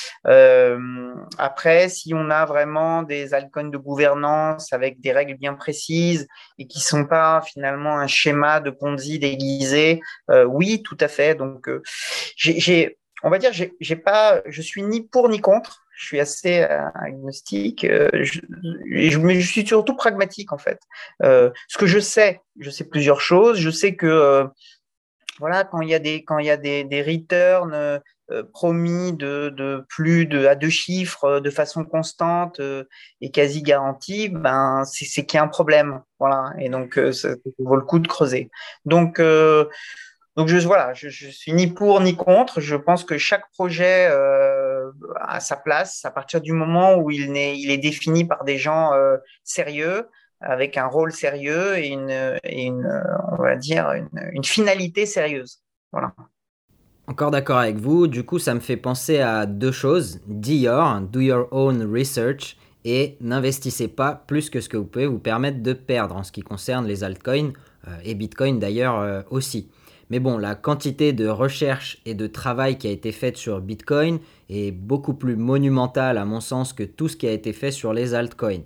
B: Euh, après, si on a vraiment des altcoins de gouvernance avec des règles bien précises et qui ne sont pas finalement un schéma de Ponzi déguisé, euh, oui, tout à fait. Donc, euh, j'ai, j'ai on va dire, j'ai, j'ai pas, je suis ni pour ni contre. Je suis assez euh, agnostique, euh, je, je, mais je suis surtout pragmatique en fait. Euh, ce que je sais, je sais plusieurs choses. Je sais que euh, voilà, quand il y a des quand il y a des, des returns euh, promis de, de plus de à deux chiffres euh, de façon constante euh, et quasi garantie, ben c'est, c'est qu'il y a un problème. Voilà, et donc euh, ça vaut le coup de creuser. Donc euh, donc je voilà, je, je suis ni pour ni contre. Je pense que chaque projet euh, a sa place à partir du moment où il est, il est défini par des gens euh, sérieux, avec un rôle sérieux et une, et une on va dire une, une finalité sérieuse. Voilà.
A: Encore d'accord avec vous, du coup ça me fait penser à deux choses, D your, do your own research, et n'investissez pas plus que ce que vous pouvez vous permettre de perdre en ce qui concerne les altcoins, euh, et Bitcoin d'ailleurs euh, aussi. Mais bon, la quantité de recherche et de travail qui a été faite sur Bitcoin est beaucoup plus monumentale à mon sens que tout ce qui a été fait sur les altcoins.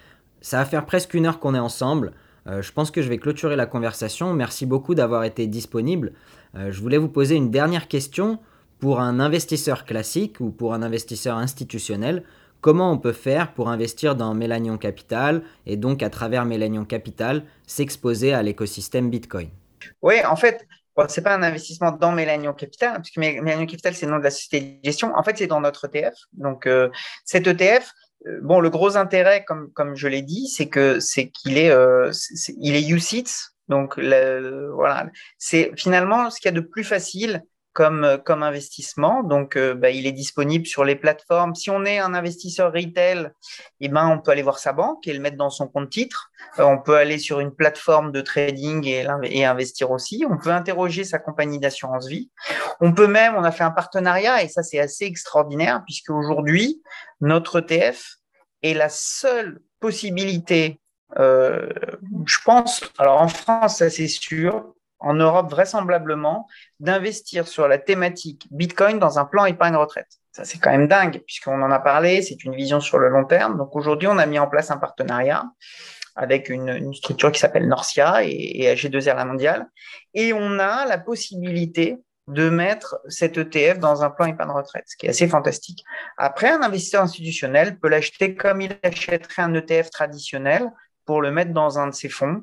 A: Ça va faire presque une heure qu'on est ensemble. Euh, je pense que je vais clôturer la conversation. Merci beaucoup d'avoir été disponible. Euh, je voulais vous poser une dernière question. Pour un investisseur classique ou pour un investisseur institutionnel, comment on peut faire pour investir dans Millennium Capital et donc à travers Millennium Capital s'exposer à l'écosystème Bitcoin?
B: Oui, en fait, bon, c'est pas un investissement dans Millennium Capital, puisque Millennium Capital, c'est le nom de la société de gestion. En fait, c'est dans notre E T F. Donc, euh, cet E T F, euh, bon, le gros intérêt, comme, comme je l'ai dit, c'est que c'est qu'il est, euh, c'est, il est U C I T S. Donc, le, voilà, c'est finalement ce qu'il y a de plus facile comme, comme investissement. Donc, euh, bah, il est disponible sur les plateformes. Si on est un investisseur retail, eh ben, on peut aller voir sa banque et le mettre dans son compte titre. Euh, on peut aller sur une plateforme de trading et, et investir aussi. On peut interroger sa compagnie d'assurance vie. On peut même, on a fait un partenariat et ça, c'est assez extraordinaire puisque aujourd'hui, notre E T F est la seule possibilité, euh, je pense, alors en France, ça c'est sûr, en Europe vraisemblablement, d'investir sur la thématique Bitcoin dans un plan épargne retraite. Ça, c'est quand même dingue, puisqu'on en a parlé, c'est une vision sur le long terme. Donc aujourd'hui, on a mis en place un partenariat avec une, une structure qui s'appelle Norcia et, et A G deux R La Mondiale. Et on a la possibilité de mettre cet E T F dans un plan épargne retraite, ce qui est assez fantastique. Après, un investisseur institutionnel peut l'acheter comme il achèterait un E T F traditionnel pour le mettre dans un de ses fonds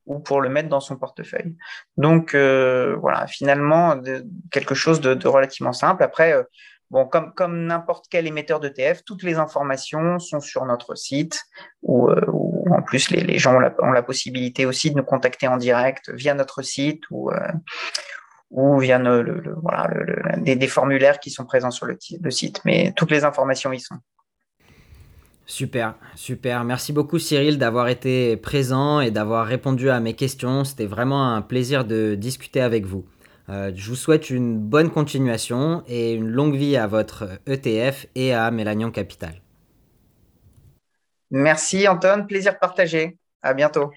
B: ou pour le mettre dans son portefeuille. Donc euh, voilà, finalement, de, quelque chose de, de relativement simple. Après, euh, bon, comme, comme n'importe quel émetteur d'E T F, toutes les informations sont sur notre site, où, euh, où en plus les, les gens ont la, ont la possibilité aussi de nous contacter en direct via notre site ou, euh, ou via le, le, le, voilà, le, le, des, des formulaires qui sont présents sur le, le site. Mais toutes les informations y sont.
A: Super, super. Merci beaucoup Cyril d'avoir été présent et d'avoir répondu à mes questions. C'était vraiment un plaisir de discuter avec vous. Euh, je vous souhaite une bonne continuation et une longue vie à votre E T F et à Mélanion Capital.
B: Merci Anton, plaisir partagé. À bientôt.